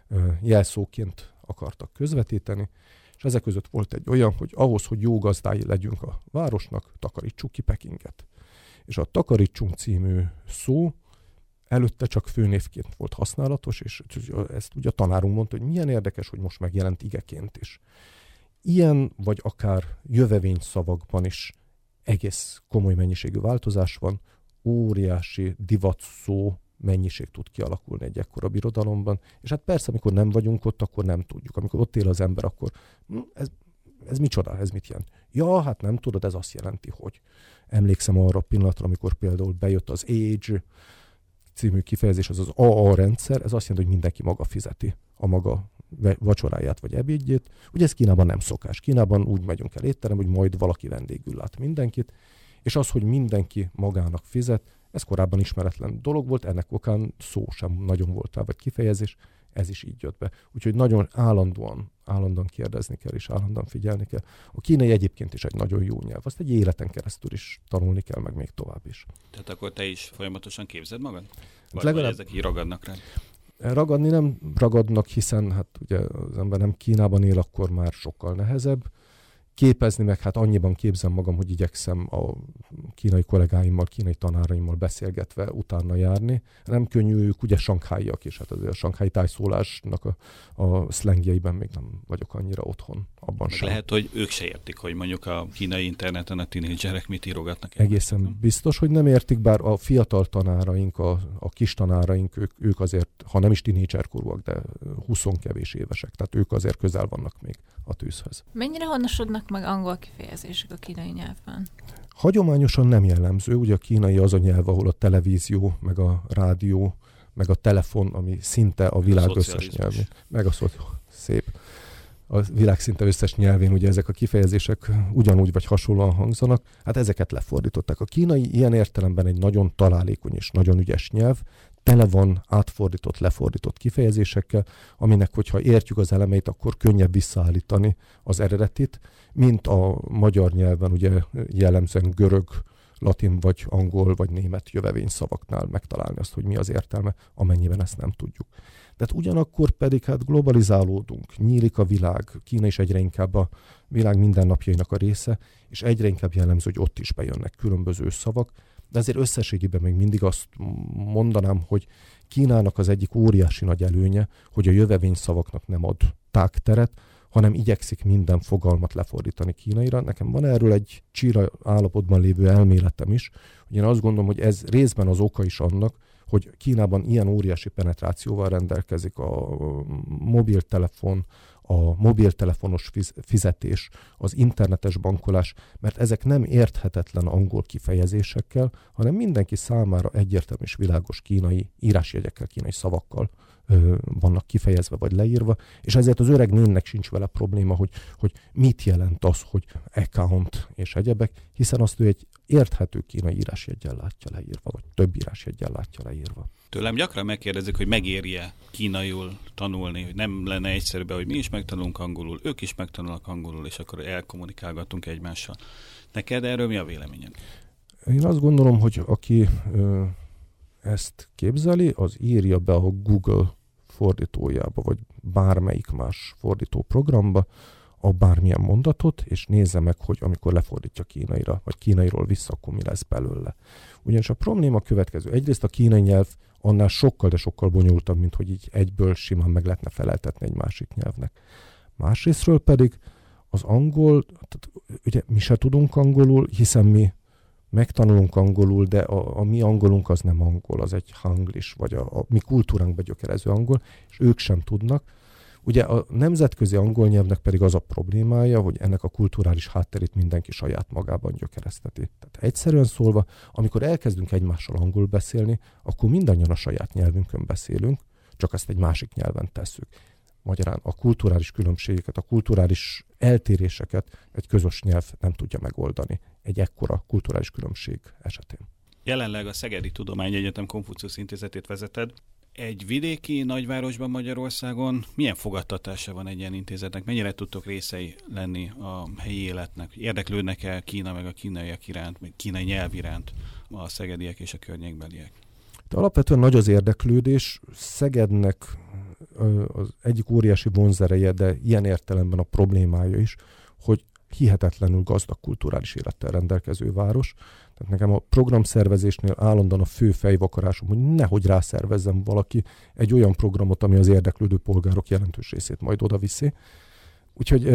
jelszóként akartak közvetíteni, és ezek között volt egy olyan, hogy ahhoz, hogy jó gazdái legyünk a városnak, takarítsuk ki Pekinget. És a takarítsunk című szó előtte csak főnévként volt használatos, és ezt ugye a tanárunk mondta, hogy milyen érdekes, hogy most megjelent igeként is. Ilyen, vagy akár jövevény szavakban is egész komoly mennyiségű változás van, óriási divatszó mennyiség tud kialakulni egy ekkora birodalomban, és hát persze, amikor nem vagyunk ott, akkor nem tudjuk. Amikor ott él az ember, akkor ez, ez micsoda, ez mit jelent? Ja, hát nem tudod, ez azt jelenti, hogy emlékszem arra a pillanatra, amikor például bejött az Age című kifejezés, az az á á rendszer, ez azt jelenti, hogy mindenki maga fizeti a maga vacsoráját vagy ebédjét. Ugye ez Kínában nem szokás. Kínában úgy megyünk el étterem, hogy majd valaki vendégül lát mindenkit, és az, hogy mindenki magának fizet, ez korábban ismeretlen dolog volt, ennek okán szó sem nagyon volt rá, vagy kifejezés, ez is így jött be. Úgyhogy nagyon állandóan, állandóan kérdezni kell, és állandóan figyelni kell. A kínai egyébként is egy nagyon jó nyelv, azt egy életen keresztül is tanulni kell, meg még tovább is. Tehát akkor te is folyamatosan képzed magad? Vagy, legalább... vagy ezek így ragadnak rá? Ragadni nem ragadnak, hiszen hát ugye az ember nem Kínában él, akkor már sokkal nehezebb. Képezni meg, hát annyiban képzem magam, hogy igyekszem a kínai kollégáimmal, kínai tanáraimmal beszélgetve utána járni. Nem könnyű, ők ugye sankháiak, és hát azért a sankhái tájszólásnak a, a szlengjeiben még nem vagyok annyira otthon. Abban sem. Lehet, hogy ők se értik, hogy mondjuk a kínai interneten a tínédzserek mit írogatnak. Egészen nem? Biztos, hogy nem értik, bár a fiatal tanáraink, a, a kis tanáraink, ők, ők azért, ha nem is tínédzserkorúak, de húsz kevés évesek, tehát ők azért közel vannak még a tűzhöz. Mennyire honosodnak vannak meg angol kifejezések a kínai nyelvben? Hagyományosan nem jellemző, ugye a kínai az a nyelv, ahol a televízió, meg a rádió, meg a telefon, ami szinte a világ a összes nyelvén. Meg a szoci... szép. A világ szinte összes nyelvén ugye ezek a kifejezések ugyanúgy vagy hasonlóan hangzanak, hát ezeket lefordították. A kínai ilyen értelemben egy nagyon találékony és nagyon ügyes nyelv, tele van átfordított, lefordított kifejezésekkel, aminek, hogyha értjük az elemeit, akkor könnyebb visszaállítani az eredetit, mint a magyar nyelven ugye jellemzően görög, latin vagy angol vagy német jövevényszavaknál megtalálni azt, hogy mi az értelme, amennyiben ezt nem tudjuk. De ugyanakkor pedig hát globalizálódunk, nyílik a világ, Kína is egyre inkább a világ mindennapjainak a része, és egyre inkább jellemző, hogy ott is bejönnek különböző szavak, de azért összességében még mindig azt mondanám, hogy Kínának az egyik óriási nagy előnye, hogy a jövevényszavaknak nem ad tágteret, hanem igyekszik minden fogalmat lefordítani kínaira. Nekem van erről egy csíra állapotban lévő elméletem is, hogy én azt gondolom, hogy ez részben az oka is annak, hogy Kínában ilyen óriási penetrációval rendelkezik a mobiltelefon, a mobiltelefonos fizetés, az internetes bankolás, mert ezek nem érthetetlen angol kifejezésekkel, hanem mindenki számára egyértelmű és világos kínai írásjegyekkel, kínai szavakkal ö, vannak kifejezve vagy leírva, és ezért az öreg nénnek sincs vele probléma, hogy, hogy mit jelent az, hogy account és egyebek, hiszen azt ő egy érthető kínai írásjeggyel látja leírva, vagy több írásjeggyel látja leírva. Tőlem gyakran megkérdezik, hogy megéri-e kínaiul tanulni, hogy nem lenne egyszerűbb, hogy mi is megtanulunk angolul, ők is megtanulnak angolul, és akkor elkommunikálgatunk egymással. Neked erről mi a véleményed? Én azt gondolom, hogy aki ö, ezt képzeli, az írja be a Google fordítójába, vagy bármelyik más fordító programba a bármilyen mondatot, és nézze meg, hogy amikor lefordítja kínaira, vagy kínairól vissza, akkor mi lesz belőle. Ugyanis a probléma következő. Egyrészt a kínai nyelv annál sokkal, de sokkal bonyolultabb, mint hogy így egyből simán meg lehetne feleltetni egy másik nyelvnek. Másrésztről pedig az angol, tehát ugye mi se tudunk angolul, hiszen mi megtanulunk angolul, de a, a mi angolunk az nem angol, az egy hanglis, vagy a, a mi kultúránkba gyökerező angol, és ők sem tudnak. Ugye a nemzetközi angol nyelvnek pedig az a problémája, hogy ennek a kulturális hátterét mindenki saját magában gyökerezteti. Tehát egyszerűen szólva, amikor elkezdünk egymással angolul beszélni, akkor mindannyian a saját nyelvünkön beszélünk, csak ezt egy másik nyelven tesszük. Magyarán a kulturális különbségeket, a kulturális eltéréseket egy közös nyelv nem tudja megoldani egy ekkora kulturális különbség esetén. Jelenleg a Szegedi Tudományegyetem Konfuciusz Intézetét vezeted. Egy vidéki nagyvárosban Magyarországon milyen fogadtatása van egy ilyen intézetnek? Mennyire tudtok részei lenni a helyi életnek? Érdeklődnek-e Kína meg a kínaiak iránt, meg kínai nyelv iránt a szegediek és a környékbeliek? De alapvetően nagy az érdeklődés. Szegednek az egyik óriási vonzereje, de ilyen értelemben a problémája is, hogy hihetetlenül gazdag kulturális élettel rendelkező város. Tehát nekem a programszervezésnél állandóan a fő fejvakarásom, hogy nehogy rászervezzem valaki egy olyan programot, ami az érdeklődő polgárok jelentős részét majd oda viszi. Úgyhogy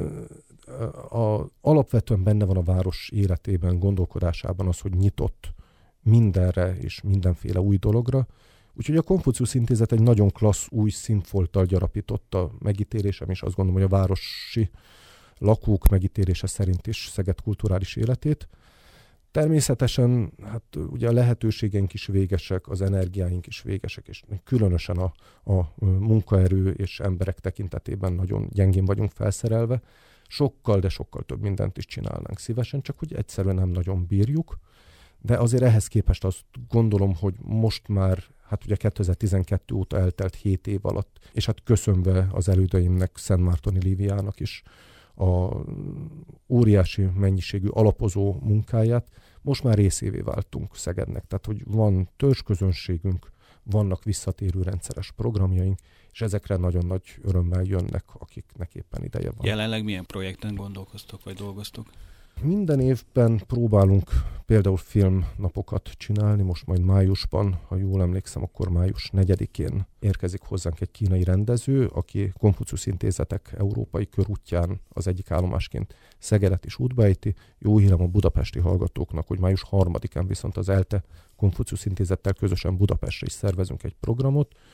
a, a, alapvetően benne van a város életében, gondolkodásában az, hogy nyitott mindenre és mindenféle új dologra. Úgyhogy a Konfuciusz Intézet egy nagyon klassz új színfolttal gyarapította megítélésem, és azt gondolom, hogy a városi lakók megítélése szerint is Szeged kulturális életét. Természetesen hát ugye a lehetőségeink is végesek, az energiáink is végesek, és különösen a, a munkaerő és emberek tekintetében nagyon gyengén vagyunk felszerelve. Sokkal, de sokkal több mindent is csinálnánk szívesen, csak hogy egyszerűen nem nagyon bírjuk. De azért ehhez képest azt gondolom, hogy most már, hát ugye kétezer-tizenkettő óta eltelt hét év alatt, és hát köszönve az elődeimnek, Szentmártoni Líviának is a óriási mennyiségű alapozó munkáját, most már részévé váltunk Szegednek. Tehát, hogy van törzsközönségünk, vannak visszatérő rendszeres programjaink, és ezekre nagyon nagy örömmel jönnek, akiknek éppen ideje van. Jelenleg milyen projekten gondolkoztok, vagy dolgoztok? Minden évben próbálunk például filmnapokat csinálni, most majd májusban, ha jól emlékszem, akkor május negyedikén érkezik hozzánk egy kínai rendező, aki Konfuciusz Intézetek európai körútján az egyik állomásként Szegedet is útba ejti. Jó hírem a budapesti hallgatóknak, hogy május harmadikán viszont az ELTE Konfuciusz Intézettel közösen Budapestre is szervezünk egy programot,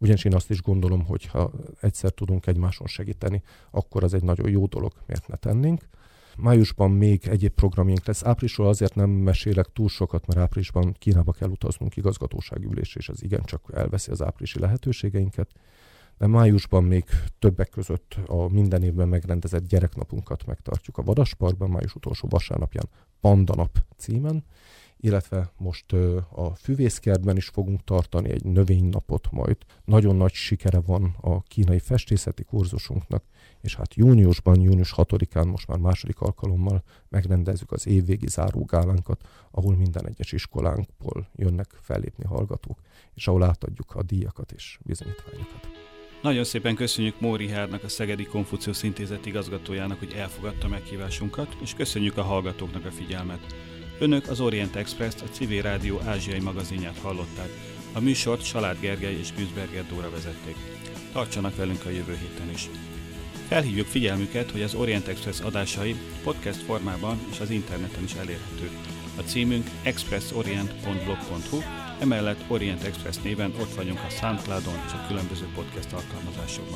Ugyanis én azt is gondolom, hogy ha egyszer tudunk egymáson segíteni, akkor az egy nagyon jó dolog, miért ne tennénk. Májusban még egyéb programjaink lesz. Áprilisról azért nem mesélek túl sokat, mert áprilisban Kínába kell utaznunk igazgatósági ülésre, és az igencsak elveszi az áprilisi lehetőségeinket. De májusban még többek között a minden évben megrendezett gyereknapunkat megtartjuk a Vadasparkban, május utolsó vasárnapján Pandanap címen, illetve most a Füvészkertben is fogunk tartani egy növénynapot majd. Nagyon nagy sikere van a kínai festészeti kurzusunknak, és hát júniusban, június hatodikán most már második alkalommal megrendezzük az évvégi zárógálánkat, ahol minden egyes iskolánkból jönnek fellépni hallgatók, és ahol átadjuk a díjakat és bizonyítványokat. Nagyon szépen köszönjük Móri Richárdnak, a Szegedi Konfuciusz Intézet igazgatójának, hogy elfogadta meghívásunkat, és köszönjük a hallgatóknak a figyelmet. Önök az Orient Express-t, a Civil Rádió ázsiai magazinját hallották. A műsort Salád Gergely és Günzberger Dóra vezették. Tartsanak velünk a jövő héten is. Felhívjuk figyelmüket, hogy az Orient Express adásai podcast formában és az interneten is elérhetők. A címünk expressorient pont blog pont hu, emellett Orient Express néven ott vagyunk a SoundCloudon és a különböző podcast alkalmazásokban.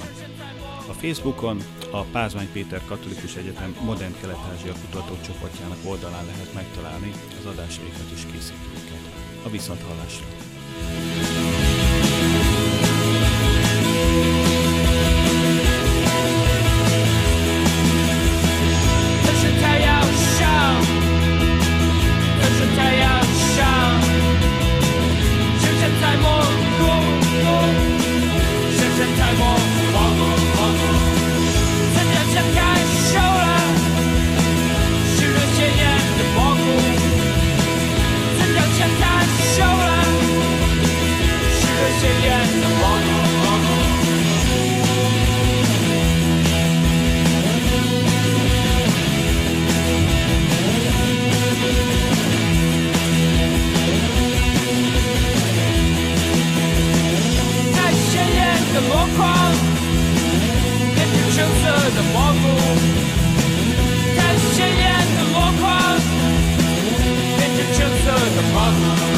A Facebookon a Pázmány Péter Katolikus Egyetem Modern Kelet-Ázsia kutatócsoportjának oldalán lehet megtalálni az adásaikat és készítőket. A viszonthallásra! The